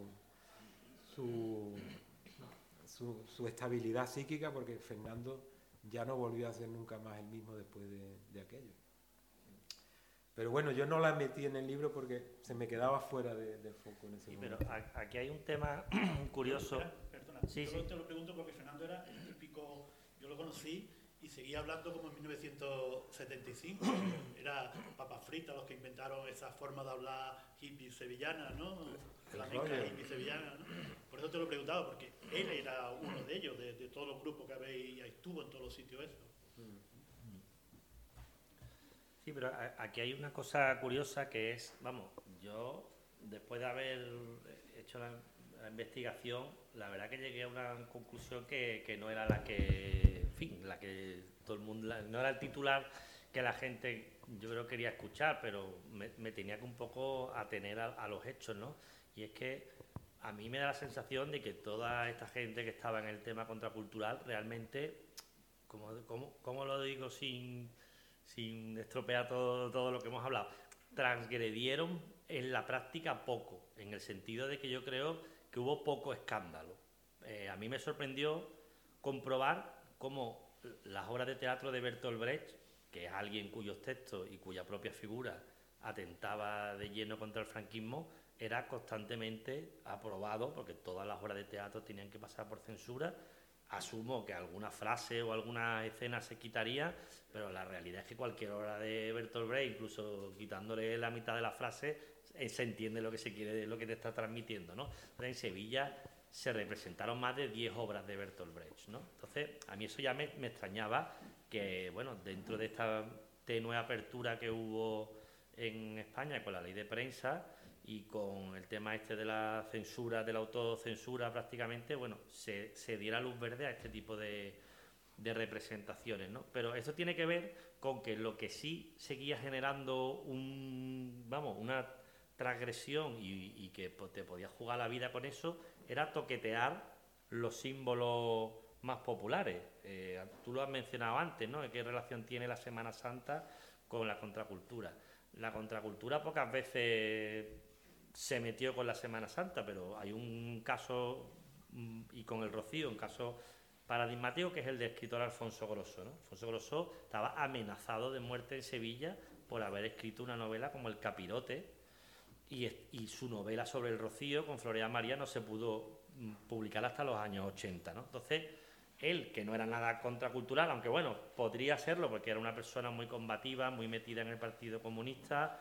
estabilidad psíquica, porque Fernando ya no volvió a ser nunca más el mismo después de aquello. Pero bueno, yo no la metí en el libro porque se me quedaba fuera de foco en ese momento. Pero aquí hay un tema curioso. Perdona, sí, yo sí. te lo pregunto porque Fernando era el típico, yo lo conocí y seguía hablando como en 1975. Era papas fritas los que inventaron esa forma de hablar hippie sevillana, ¿no? Flamenca hippie sevillana, ¿no? Por eso te lo he preguntado, porque él era uno de ellos, de todos los grupos que habéis, estuvo en todos los sitios esos. Sí, pero aquí hay una cosa curiosa que es, vamos, yo después de haber hecho la investigación, la verdad que llegué a una conclusión que no era la que, en fin, la que todo el mundo, no era el titular que la gente, yo creo, quería escuchar, pero me tenía que un poco atener a los hechos, ¿no? Y es que a mí me da la sensación de que toda esta gente que estaba en el tema contracultural realmente, ¿cómo lo digo sin estropear todo lo que hemos hablado? Transgredieron en la práctica poco, en el sentido de que yo creo que hubo poco escándalo. A mí me sorprendió comprobar cómo las obras de teatro de Bertolt Brecht, que es alguien cuyos textos y cuya propia figura atentaba de lleno contra el franquismo, era constantemente aprobado, porque todas las obras de teatro tenían que pasar por censura, asumo que alguna frase o alguna escena se quitaría, pero la realidad es que cualquier obra de Bertolt Brecht, incluso quitándole la mitad de la frase, se entiende lo que se quiere, lo que te está transmitiendo, ¿no? Entonces, en Sevilla se representaron más de 10 obras de Bertolt Brecht, ¿no? Entonces, a mí eso ya me extrañaba que, bueno, dentro de esta tenue apertura que hubo en España con la ley de prensa y con el tema este de la censura, de la autocensura prácticamente, bueno, se diera luz verde a este tipo de representaciones, ¿no? Pero esto tiene que ver con que lo que sí seguía generando una transgresión y que te podías jugar la vida con eso, era toquetear los símbolos más populares. Tú lo has mencionado antes, ¿no? ¿Qué relación tiene la Semana Santa con la contracultura? La contracultura pocas veces se metió con la Semana Santa, pero hay un caso, y con el Rocío, un caso paradigmático, que es el del escritor Alfonso Grosso, ¿no? Alfonso Grosso estaba amenazado de muerte en Sevilla por haber escrito una novela como El Capirote, y su novela sobre el Rocío con Florea María no se pudo publicar hasta los años 80, ¿no? Entonces, él, que no era nada contracultural, aunque bueno, podría serlo porque era una persona muy combativa, muy metida en el Partido Comunista,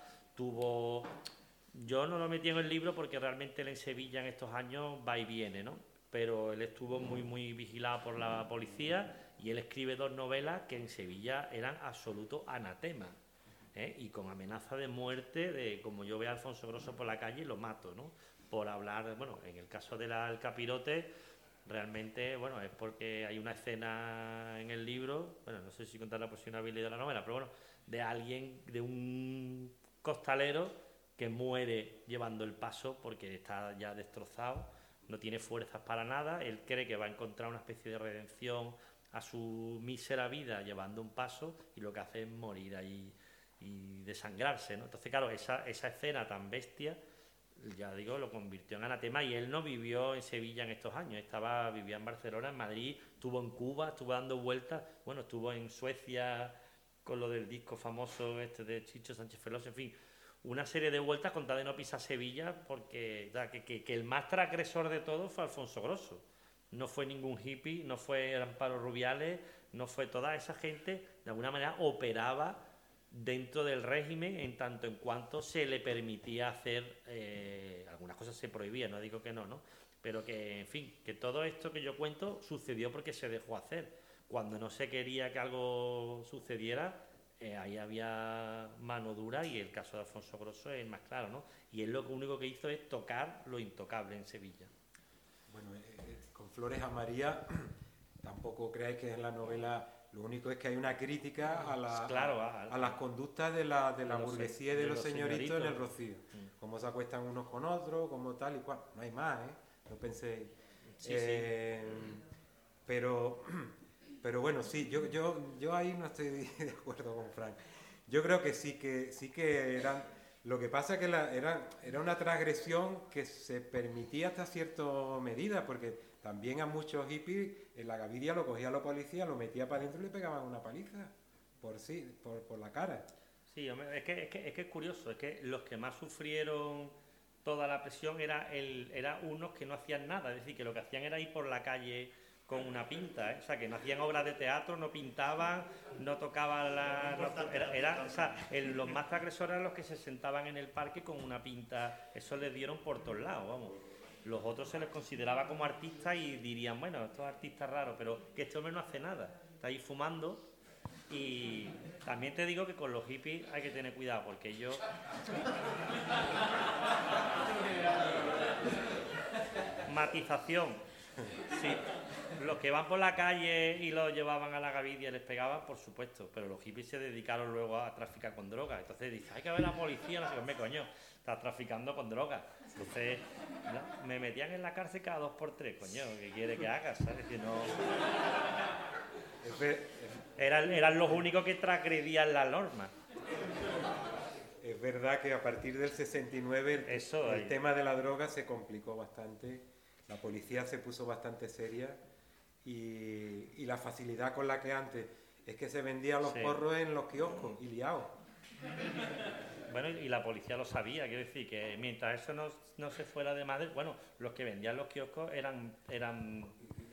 yo no lo metí en el libro porque realmente él en Sevilla en estos años va y viene, ¿no? Pero él estuvo muy vigilado por la policía y él escribe 2 novelas que en Sevilla eran absoluto anatema, y con amenaza de muerte, de como yo veo a Alfonso Grosso por la calle lo mato, ¿no? Por hablar, bueno, en el caso del Capirote, realmente, bueno, es porque hay una escena en el libro, bueno, no sé si contar la posibilidad de la novela, pero bueno, de alguien, de un costalero que muere llevando el paso porque está ya destrozado, no tiene fuerzas para nada, él cree que va a encontrar una especie de redención a su mísera vida llevando un paso y lo que hace es morir ahí y desangrarse, ¿no? Entonces, claro, esa escena tan bestia, ya digo, lo convirtió en anatema y él no vivió en Sevilla en estos años, vivía en Barcelona, en Madrid, estuvo en Cuba, estuvo dando vueltas, bueno, estuvo en Suecia con lo del disco famoso este de Chicho Sánchez Veloso, en fin, una serie de vueltas con tal de no pisar Sevilla, porque que el más transgresor de todo fue Alfonso Grosso. No fue ningún hippie, no fue Amparo Rubiales, no fue toda esa gente, de alguna manera operaba dentro del régimen en tanto en cuanto se le permitía hacer, algunas cosas se prohibían, no digo que no, pero que, en fin, que todo esto que yo cuento sucedió porque se dejó hacer. Cuando no se quería que algo sucediera, ahí había mano dura y el caso de Alfonso Grosso es más claro, ¿no? Y él lo único que hizo es tocar lo intocable en Sevilla. Bueno, con Flores a María, tampoco creáis que en la novela lo único es que hay una crítica a las conductas de la burguesía y de los señoritos en el Rocío. Cómo se acuestan unos con otros, cómo tal y cual. No hay más, no penséis. Sí. Pero bueno, sí, yo ahí no estoy de acuerdo con Frank. Yo creo que sí que eran. Lo que pasa es que era una transgresión que se permitía hasta cierta medida, porque también a muchos hippies en la gaviria lo cogía la policía, lo metía para adentro y le pegaban una paliza por la cara. Sí, hombre, es que es curioso, es que los que más sufrieron toda la presión era unos que no hacían nada, es decir, que lo que hacían era ir por la calle con una pinta, o sea, que no hacían obras de teatro, no pintaban, no tocaban los más transgresores eran los que se sentaban en el parque con una pinta, eso les dieron por todos lados, vamos. Los otros se les consideraba como artistas y dirían, bueno, estos artistas raros, pero que este hombre no hace nada, está ahí fumando. Y también te digo que con los hippies hay que tener cuidado, porque ellos... Matización. Sí, los que van por la calle y los llevaban a la gavidia y les pegaban, por supuesto, pero los hippies se dedicaron luego a traficar con drogas. Entonces dice, hay que ver a la policía, no sé qué, coño, estás traficando con drogas. Entonces, ¿no? Me metían en la cárcel cada 2x3, coño, ¿qué quiere que haga? ¿Sabes? Que no... Eran los únicos que transgredían la norma. Es verdad que a partir del 69 el tema de la droga se complicó bastante, la policía se puso bastante seria y la facilidad con la que antes es que se vendían los porros en los kioscos y liados. Bueno, y la policía lo sabía, quiero decir que mientras eso no se fuera de madre, bueno, los que vendían los kioscos eran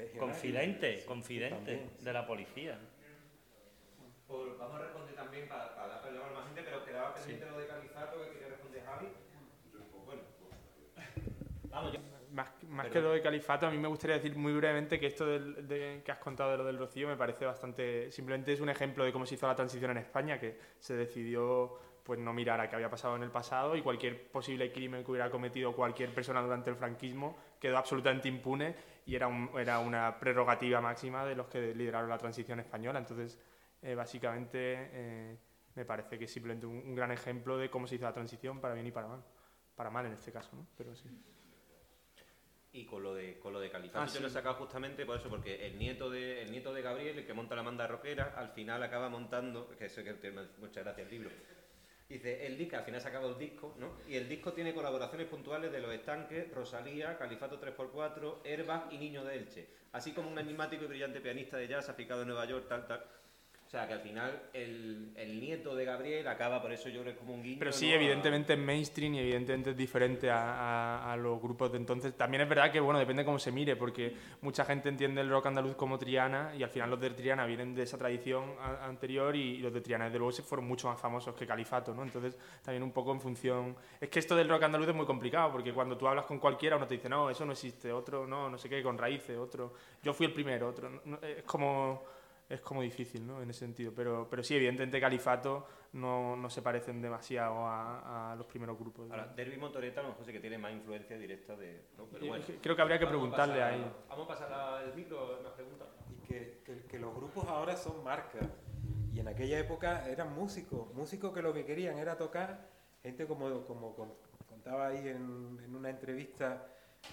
Legionario. confidente También, sí. de la policía. Pues vamos a responder también para dar palabra a más gente, pero quedaba pendiente lo de Califato que quería responder Javi. Pues bueno, vamos, Más que lo de Califato, a mí me gustaría decir muy brevemente que esto que has contado de lo del Rocío me parece bastante... Simplemente es un ejemplo de cómo se hizo la transición en España, que se decidió pues no mirar a qué había pasado en el pasado y cualquier posible crimen que hubiera cometido cualquier persona durante el franquismo quedó absolutamente impune y era una prerrogativa máxima de los que lideraron la transición española. Entonces, básicamente, me parece que es simplemente un gran ejemplo de cómo se hizo la transición para bien y para mal. Para mal en este caso, ¿no? Pero sí. y con lo de Califato yo sí. lo he sacado justamente por eso, porque el nieto de Gabriel, el que monta la banda rockera, al final acaba montando, que eso que tiene muchas gracias el libro. Dice, el disco, al final se acaba el disco, ¿no? Y el disco tiene colaboraciones puntuales de Los Estanques, Rosalía, Califato 3x4, Airbag y Niño de Elche. Así como un enigmático y brillante pianista de jazz aficado en Nueva York, tal. O sea, que al final el nieto de Gabriel acaba, por eso yo creo que es como un guiño. Pero sí, ¿no? evidentemente es mainstream y evidentemente es diferente a los grupos de entonces. También es verdad que, bueno, depende cómo se mire, porque mucha gente entiende el rock andaluz como Triana y al final los de Triana vienen de esa tradición anterior y los de Triana, desde luego, fueron mucho más famosos que Califato, ¿no? Entonces, también un poco en función... Es que esto del rock andaluz es muy complicado, porque cuando tú hablas con cualquiera, uno te dice, no, eso no existe, otro, no sé qué, con raíces, otro... Yo fui el primero, otro... No, es como difícil, ¿no? En ese sentido, pero sí, evidentemente Califato no se parecen demasiado a los primeros grupos. Ahora, Derby Motoreta a lo mejor sí que tiene más influencia directa de... ¿no? Pero bueno, creo que habría que preguntarle a ellos. Vamos a pasar el micro, más preguntas. Y que los grupos ahora son marcas. Y en aquella época eran músicos que lo que querían era tocar. Gente como contaba ahí en una entrevista,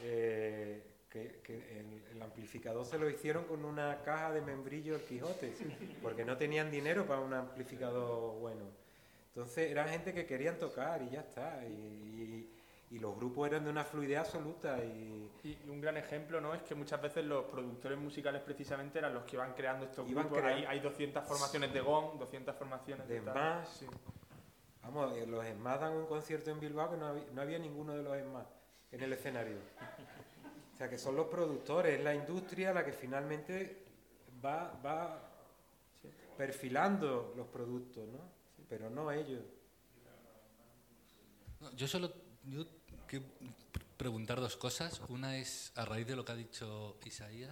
que el amplificador se lo hicieron con una caja de membrillo del Quijote, porque no tenían dinero para un amplificador bueno. Entonces eran gente que querían tocar y ya está. Y los grupos eran de una fluidez absoluta. Y un gran ejemplo, ¿no?, es que muchas veces los productores musicales precisamente eran los que iban creando estos Iban grupos. creando... Hay 200 formaciones de gong, 200 formaciones de Smash. Sí. Vamos, los Smash dan un concierto en Bilbao que no había ninguno de los Smash en el escenario. O sea, que son los productores, es la industria la que finalmente va perfilando los productos, ¿no? Pero no ellos. No, yo quiero preguntar dos cosas. Una es, a raíz de lo que ha dicho Isaías,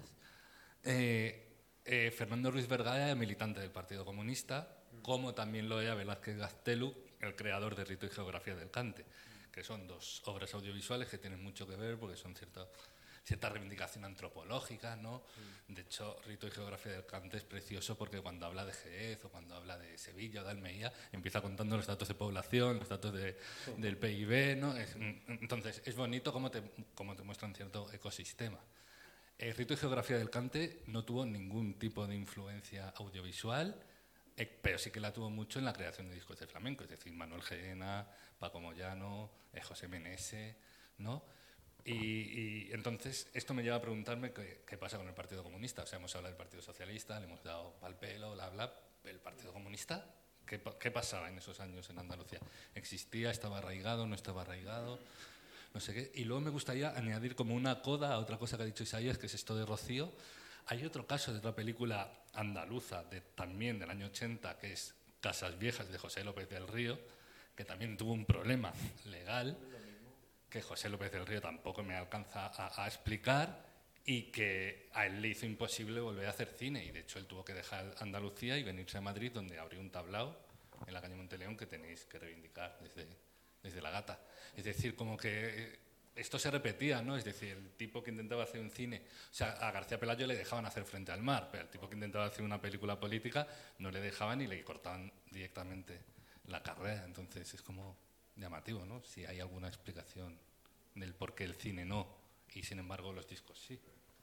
Fernando Ruiz Vergara es militante del Partido Comunista, como también lo era Velázquez Gaztelu, el creador de Rito y Geografía del Cante, que son dos obras audiovisuales que tienen mucho que ver porque son cierta reivindicación antropológica, ¿no? De hecho, Rito y Geografía del Cante es precioso porque cuando habla de Jerez o cuando habla de Sevilla o de Almería, empieza contando los datos de población, los datos del PIB, ¿no? Entonces, es bonito cómo te muestran cierto ecosistema. Rito y Geografía del Cante no tuvo ningún tipo de influencia audiovisual, pero sí que la tuvo mucho en la creación de discos de flamenco, es decir, Manuel Geena, Paco Moyano, José Menese, ¿no? Y entonces esto me lleva a preguntarme qué pasa con el Partido Comunista. O sea, hemos hablado del Partido Socialista, le hemos dado pal pelo, bla, ¿el Partido Comunista? ¿Qué pasaba en esos años en Andalucía? ¿Existía, estaba arraigado, no estaba arraigado? No sé qué. Y luego me gustaría añadir como una coda a otra cosa que ha dicho Isaías, que es esto de Rocío. Hay otro caso de otra película andaluza, también del año 80, que es Casas Viejas, de José López del Río, que también tuvo un problema legal, que José López del Río tampoco me alcanza a explicar, y que a él le hizo imposible volver a hacer cine, y de hecho él tuvo que dejar Andalucía y venirse a Madrid, donde abrió un tablao en la calle Monteleón que tenéis que reivindicar desde La Gata. Es decir, como que esto se repetía, ¿no? Es decir, el tipo que intentaba hacer un cine... O sea, a García Pelayo le dejaban hacer Frente al Mar, pero el tipo que intentaba hacer una película política no le dejaban y le cortaban directamente la carrera. Entonces es como llamativo, ¿no? Si hay alguna explicación del por qué el cine no y, sin embargo, los discos sí.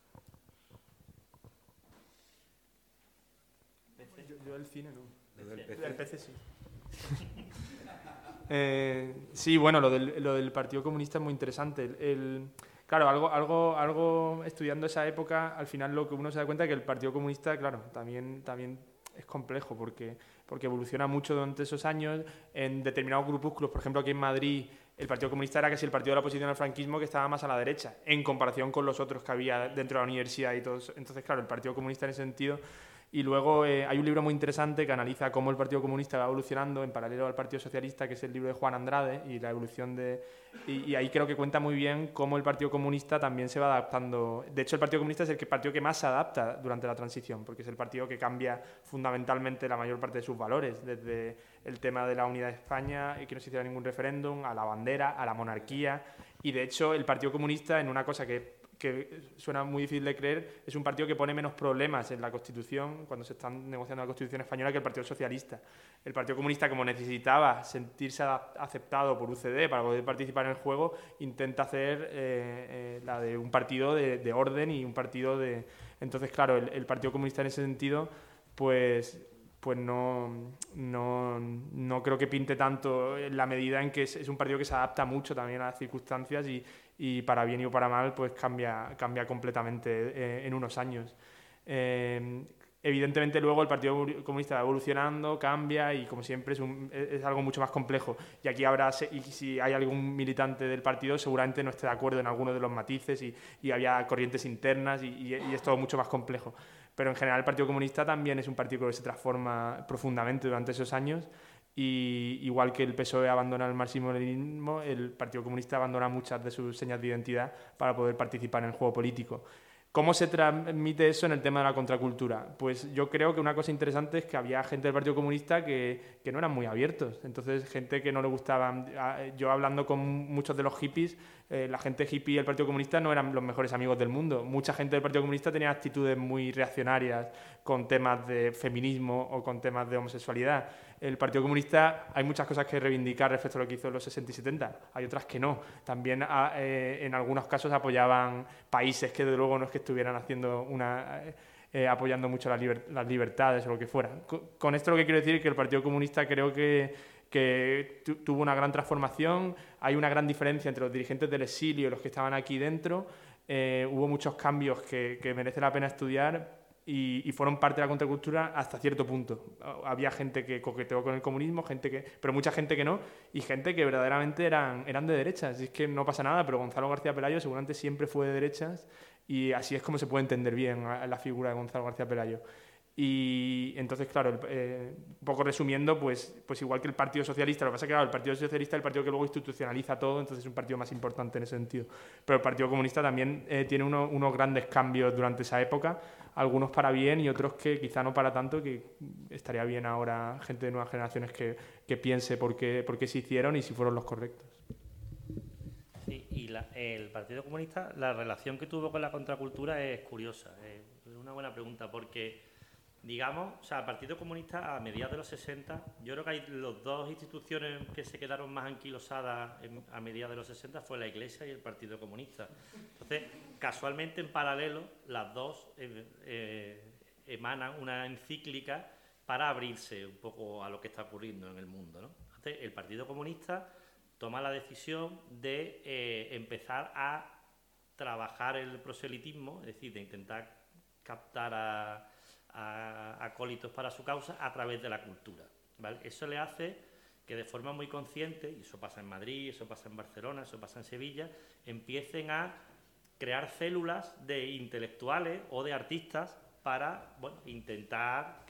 Yo el cine no. El PC sí. Sí, bueno, lo del Partido Comunista es muy interesante. Claro, algo estudiando esa época, al final lo que uno se da cuenta es que el Partido Comunista, claro, también es complejo porque evoluciona mucho durante esos años. En determinados grupúsculos, por ejemplo, aquí en Madrid, el Partido Comunista era casi el partido de la oposición al franquismo que estaba más a la derecha, en comparación con los otros que había dentro de la universidad y todos. Entonces, claro, el Partido Comunista en ese sentido. Y luego hay un libro muy interesante que analiza cómo el Partido Comunista va evolucionando en paralelo al Partido Socialista, que es el libro de Juan Andrade, y la evolución de... Y ahí creo que cuenta muy bien cómo el Partido Comunista también se va adaptando. De hecho, el Partido Comunista es el partido que más se adapta durante la transición, porque es el partido que cambia fundamentalmente la mayor parte de sus valores, desde el tema de la unidad de España y que no se hiciera ningún referéndum, a la bandera, a la monarquía. Y de hecho, el Partido Comunista, en una cosa que suena muy difícil de creer, es un partido que pone menos problemas en la Constitución, cuando se están negociando la Constitución española, que el Partido Socialista. El Partido Comunista, como necesitaba sentirse aceptado por UCD para poder participar en el juego, intenta hacer la de un partido de orden y un partido de... Entonces, claro, el Partido Comunista en ese sentido, pues no creo que pinte tanto en la medida en que es un partido que se adapta mucho también a las circunstancias y para bien y para mal pues cambia completamente en unos años. Evidentemente luego el Partido Comunista va evolucionando, cambia y como siempre es algo mucho más complejo. Y aquí y si hay algún militante del partido seguramente no esté de acuerdo en algunos de los matices y había corrientes internas y es todo mucho más complejo. Pero en general el Partido Comunista también es un partido que se transforma profundamente durante esos años y igual que el PSOE abandona el marxismo-leninismo, el Partido Comunista abandona muchas de sus señas de identidad para poder participar en el juego político. ¿Cómo se transmite eso en el tema de la contracultura? Pues yo creo que una cosa interesante es que había gente del Partido Comunista que no eran muy abiertos. Entonces, gente que no le gustaba... Yo hablando con muchos de los hippies, la gente hippie y el Partido Comunista no eran los mejores amigos del mundo. Mucha gente del Partido Comunista tenía actitudes muy reaccionarias con temas de feminismo o con temas de homosexualidad. El Partido Comunista hay muchas cosas que reivindicar respecto a lo que hizo en los 60 y 70, hay otras que no. También en algunos casos apoyaban países que de luego no es que estuvieran haciendo apoyando mucho las libertades o lo que fuera. Con esto lo que quiero decir es que el Partido Comunista creo que tuvo una gran transformación, hay una gran diferencia entre los dirigentes del exilio y los que estaban aquí dentro, hubo muchos cambios que merece la pena estudiar y fueron parte de la contracultura hasta cierto punto. Había gente que coqueteó con el comunismo, pero mucha gente que no, y gente que verdaderamente eran de derechas. Y es que no pasa nada, pero Gonzalo García Pelayo seguramente siempre fue de derechas y así es como se puede entender bien la figura de Gonzalo García Pelayo. Y entonces, claro, un poco resumiendo, pues igual que el Partido Socialista, lo que pasa es que claro, el Partido Socialista es el partido que luego institucionaliza todo, entonces es un partido más importante en ese sentido. Pero el Partido Comunista también tiene unos grandes cambios durante esa época, algunos para bien y otros que quizá no para tanto, que estaría bien ahora gente de nuevas generaciones que piense por qué se hicieron y si fueron los correctos. Sí, y el Partido Comunista, la relación que tuvo con la contracultura es curiosa, es una buena pregunta porque... Digamos, o sea, el Partido Comunista a mediados de los 60, yo creo que hay las dos instituciones que se quedaron más anquilosadas a mediados de los 60 fue la Iglesia y el Partido Comunista. Entonces, casualmente en paralelo, las dos emanan una encíclica para abrirse un poco a lo que está ocurriendo en el mundo, ¿no? Entonces, el Partido Comunista toma la decisión de empezar a trabajar el proselitismo, es decir, de intentar captar a acólitos para su causa a través de la cultura, ¿vale? Eso le hace que de forma muy consciente, y eso pasa en Madrid, eso pasa en Barcelona, eso pasa en Sevilla, empiecen a crear células de intelectuales o de artistas para intentar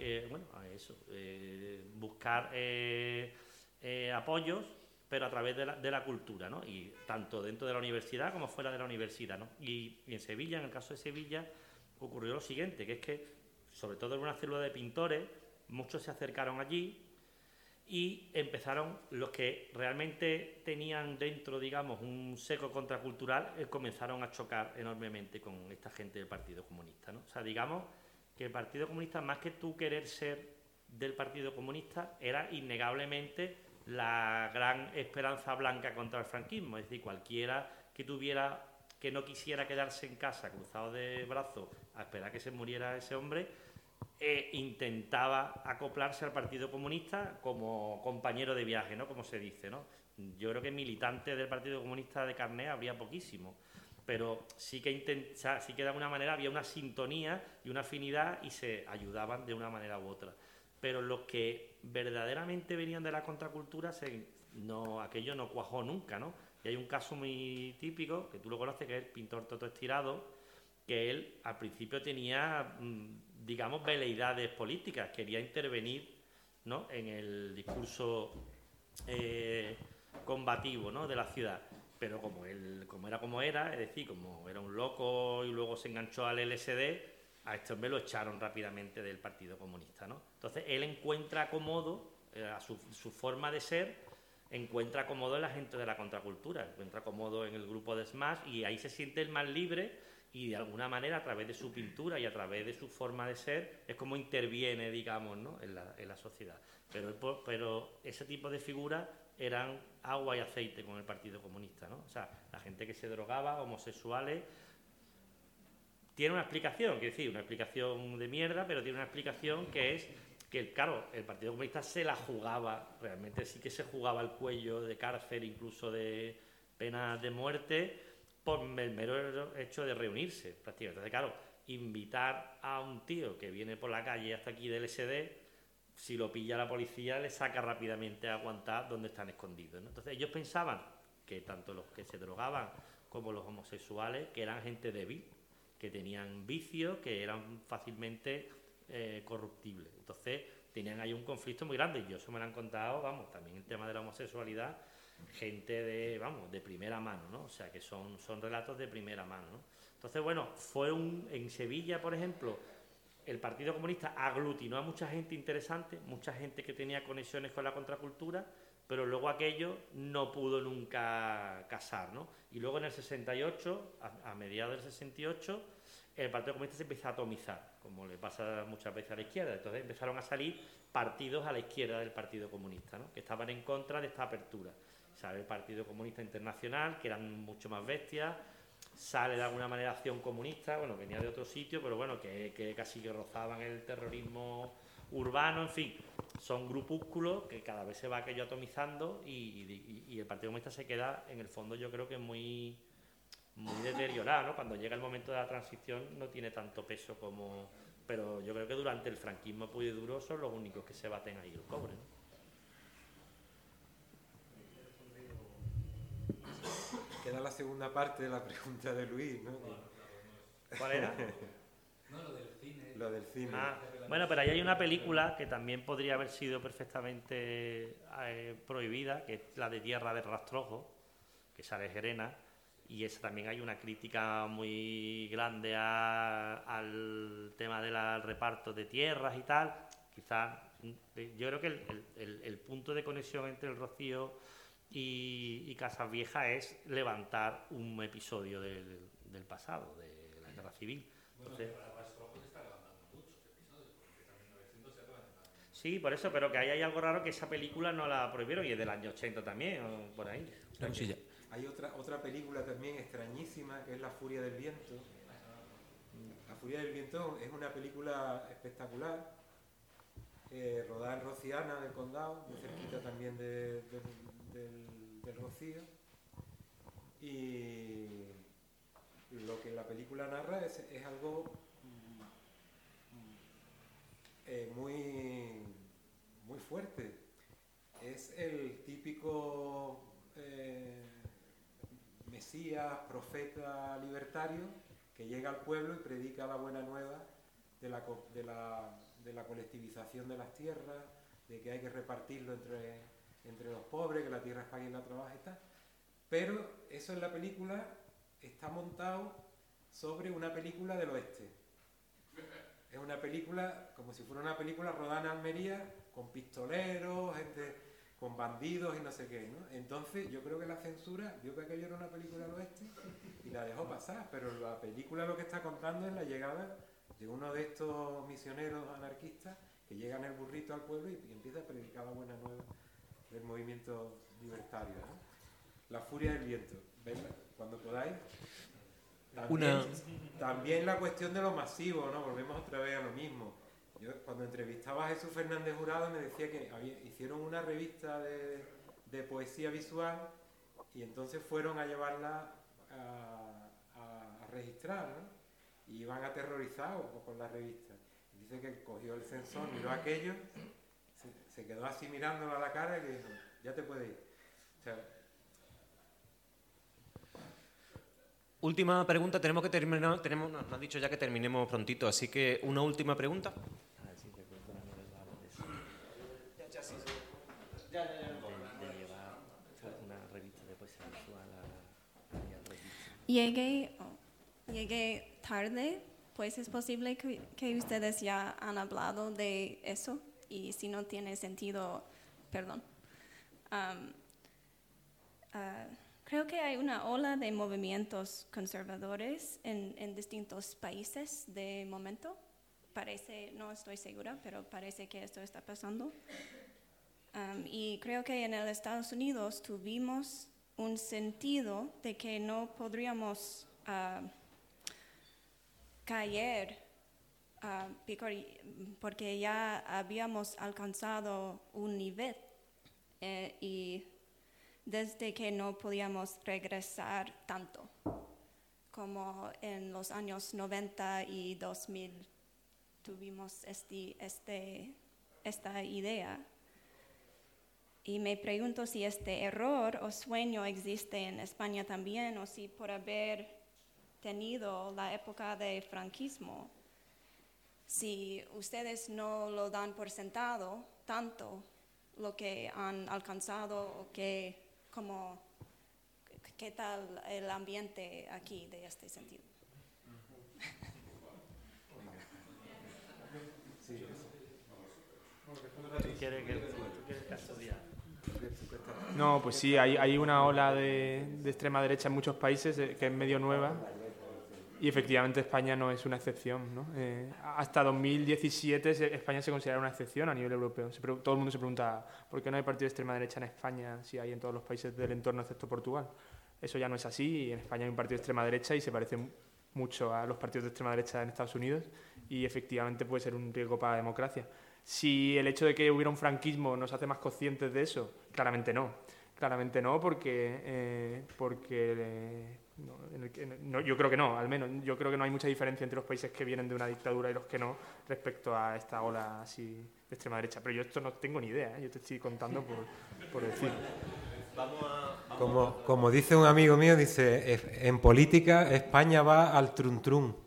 buscar apoyos, pero a través de la cultura, ¿no? Y tanto dentro de la universidad como fuera de la universidad, ¿no? Y en Sevilla, en el caso de Sevilla, ocurrió lo siguiente, que es que sobre todo en una célula de pintores, muchos se acercaron allí y empezaron, los que realmente tenían dentro, digamos, un seco contracultural, comenzaron a chocar enormemente con esta gente del Partido Comunista, ¿no? O sea, digamos que el Partido Comunista, más que tú querer ser del Partido Comunista, era innegablemente la gran esperanza blanca contra el franquismo, es decir, cualquiera que no quisiera quedarse en casa cruzado de brazos a esperar que se muriera ese hombre, intentaba acoplarse al Partido Comunista como compañero de viaje, ¿no? Como se dice, ¿no? Yo creo que militantes del Partido Comunista de carné habría poquísimo, pero sí que de alguna manera había una sintonía y una afinidad y se ayudaban de una manera u otra. Pero los que verdaderamente venían de la contracultura se aquello no cuajó nunca, ¿no? Y hay un caso muy típico, que tú lo conoces, que es el pintor Toto Estirado, que él al principio tenía, digamos, veleidades políticas, quería intervenir, ¿no?, en el discurso combativo, ¿no?, de la ciudad. Pero como era, es decir, como era un loco y luego se enganchó al LSD, a este hombre lo echaron rápidamente del Partido Comunista, ¿no? Entonces él encuentra cómodo, a su forma de ser, encuentra cómodo en la gente de la contracultura, encuentra cómodo en el grupo de Smash, y ahí se siente el más libre, y de alguna manera a través de su pintura y a través de su forma de ser es como interviene, digamos, ¿no?, en la sociedad. Pero ese tipo de figuras eran agua y aceite con el Partido Comunista, ¿no? O sea, la gente que se drogaba, homosexuales. Tiene una explicación, quiero decir, una explicación de mierda, pero tiene una explicación que es que, claro, el Partido Comunista se la jugaba, realmente sí que se jugaba el cuello de cárcel, incluso de pena de muerte, por el mero hecho de reunirse, prácticamente. Entonces, claro, invitar a un tío que viene por la calle hasta aquí del SD, si lo pilla la policía, le saca rápidamente a aguantar donde están escondidos, ¿no? Entonces ellos pensaban que tanto los que se drogaban como los homosexuales, que eran gente débil, que tenían vicios, que eran fácilmente corruptibles. Entonces tenían ahí un conflicto muy grande, y yo eso me lo han contado, vamos, también el tema de la homosexualidad, gente de primera mano, ¿no? O sea, que son relatos de primera mano, ¿no? Entonces, bueno, en Sevilla, por ejemplo, el Partido Comunista aglutinó a mucha gente interesante, mucha gente que tenía conexiones con la contracultura, pero luego aquello no pudo nunca casar, ¿no? Y luego en el 68, a mediados del 68, el Partido Comunista se empieza a atomizar, como le pasa muchas veces a la izquierda. Entonces empezaron a salir partidos a la izquierda del Partido Comunista, ¿no?, que estaban en contra de esta apertura. Sale el Partido Comunista Internacional, que eran mucho más bestias. Sale de alguna manera Acción Comunista, bueno, venía de otro sitio, pero bueno, que casi que rozaban el terrorismo urbano, en fin, son grupúsculos que cada vez se va aquello atomizando, y el Partido Comunista se queda, en el fondo, yo creo que muy deteriorado, ¿no? Cuando llega el momento de la transición no tiene tanto peso como... Pero yo creo que durante el franquismo puro y duro son los únicos que se baten ahí el cobre, ¿no? Queda la segunda parte de la pregunta de Luis, ¿no? ¿Cuál era? No, lo del cine. Lo del cine. Bueno, pero ahí hay una película que también podría haber sido perfectamente prohibida, que es la de Tierra de Rastrojo, que sale Gerena, y esa también hay una crítica muy grande al tema del reparto de tierras y tal. Quizás, yo creo que el punto de conexión entre el Rocío y Casas Viejas es levantar un episodio del pasado, de la Guerra Civil. Entonces, sí, por eso, pero que ahí hay algo raro, que esa película no la prohibieron, y es del año 80 también, o por ahí. Hay otra película también extrañísima, que es La Furia del Viento. La Furia del Viento es una película espectacular, rodada en Rociana del Condado, muy cerquita también del Rocío, y lo que la película narra es algo muy fuerte. Es el típico Mesías, profeta libertario, que llega al pueblo y predica la buena nueva de la colectivización de las tierras, de que hay que repartirlo entre los pobres, que la tierra es para quien la trabaja y tal. Pero eso en la película está montado sobre una película del oeste. Es una película, como si fuera una película rodada en Almería, con pistoleros, gente con bandidos y no sé qué, ¿no? Entonces yo creo que la censura vio que aquello era una película del oeste y la dejó pasar, pero la película lo que está contando es la llegada de uno de estos misioneros anarquistas que llega en el burrito al pueblo y empieza a predicar la buena nueva del movimiento libertario, ¿no? La Furia del Viento, ¿verdad? Cuando podáis. También la cuestión de lo masivo, ¿no? Volvemos otra vez a lo mismo. Yo cuando entrevistaba a Jesús Fernández Jurado me decía que hicieron una revista de poesía visual y entonces fueron a llevarla a registrar, ¿no? Y iban aterrorizados con la revista. Y dice que cogió el sensor, miró aquello, se quedó así mirándolo a la cara y le dijo, ya te puedes ir. Última pregunta, tenemos que terminar, nos ha dicho ya que terminemos prontito, así que una última pregunta. Llegué tarde, pues es posible que ustedes ya han hablado de eso y si no tiene sentido, perdón. Creo que hay una ola de movimientos conservadores en distintos países de momento. Parece, no estoy segura, pero parece que esto está pasando. Y creo que en los Estados Unidos tuvimos un sentido de que no podríamos caer porque ya habíamos alcanzado un nivel y desde que no podíamos regresar tanto como en los años 90 y 2000 tuvimos esta idea. Y me pregunto si este error o sueño existe en España también, o si por haber tenido la época de franquismo, si ustedes no lo dan por sentado tanto lo que han alcanzado o qué tal el ambiente aquí de este sentido. No, pues sí, hay una ola de extrema derecha en muchos países que es medio nueva y efectivamente España no es una excepción, ¿no? Hasta 2017 España se considera una excepción a nivel europeo. Todo el mundo se pregunta ¿por qué no hay partido de extrema derecha en España si hay en todos los países del entorno excepto Portugal? Eso ya no es así y en España hay un partido de extrema derecha y se parece mucho a los partidos de extrema derecha en Estados Unidos y efectivamente puede ser un riesgo para la democracia. Si el hecho de que hubiera un franquismo nos hace más conscientes de eso, claramente no. Claramente no, porque yo creo que no, al menos. Yo creo que no hay mucha diferencia entre los países que vienen de una dictadura y los que no respecto a esta ola así de extrema derecha. Pero yo esto no tengo ni idea, yo te estoy contando por decir. Como dice un amigo mío, dice, en política España va al trun-trun.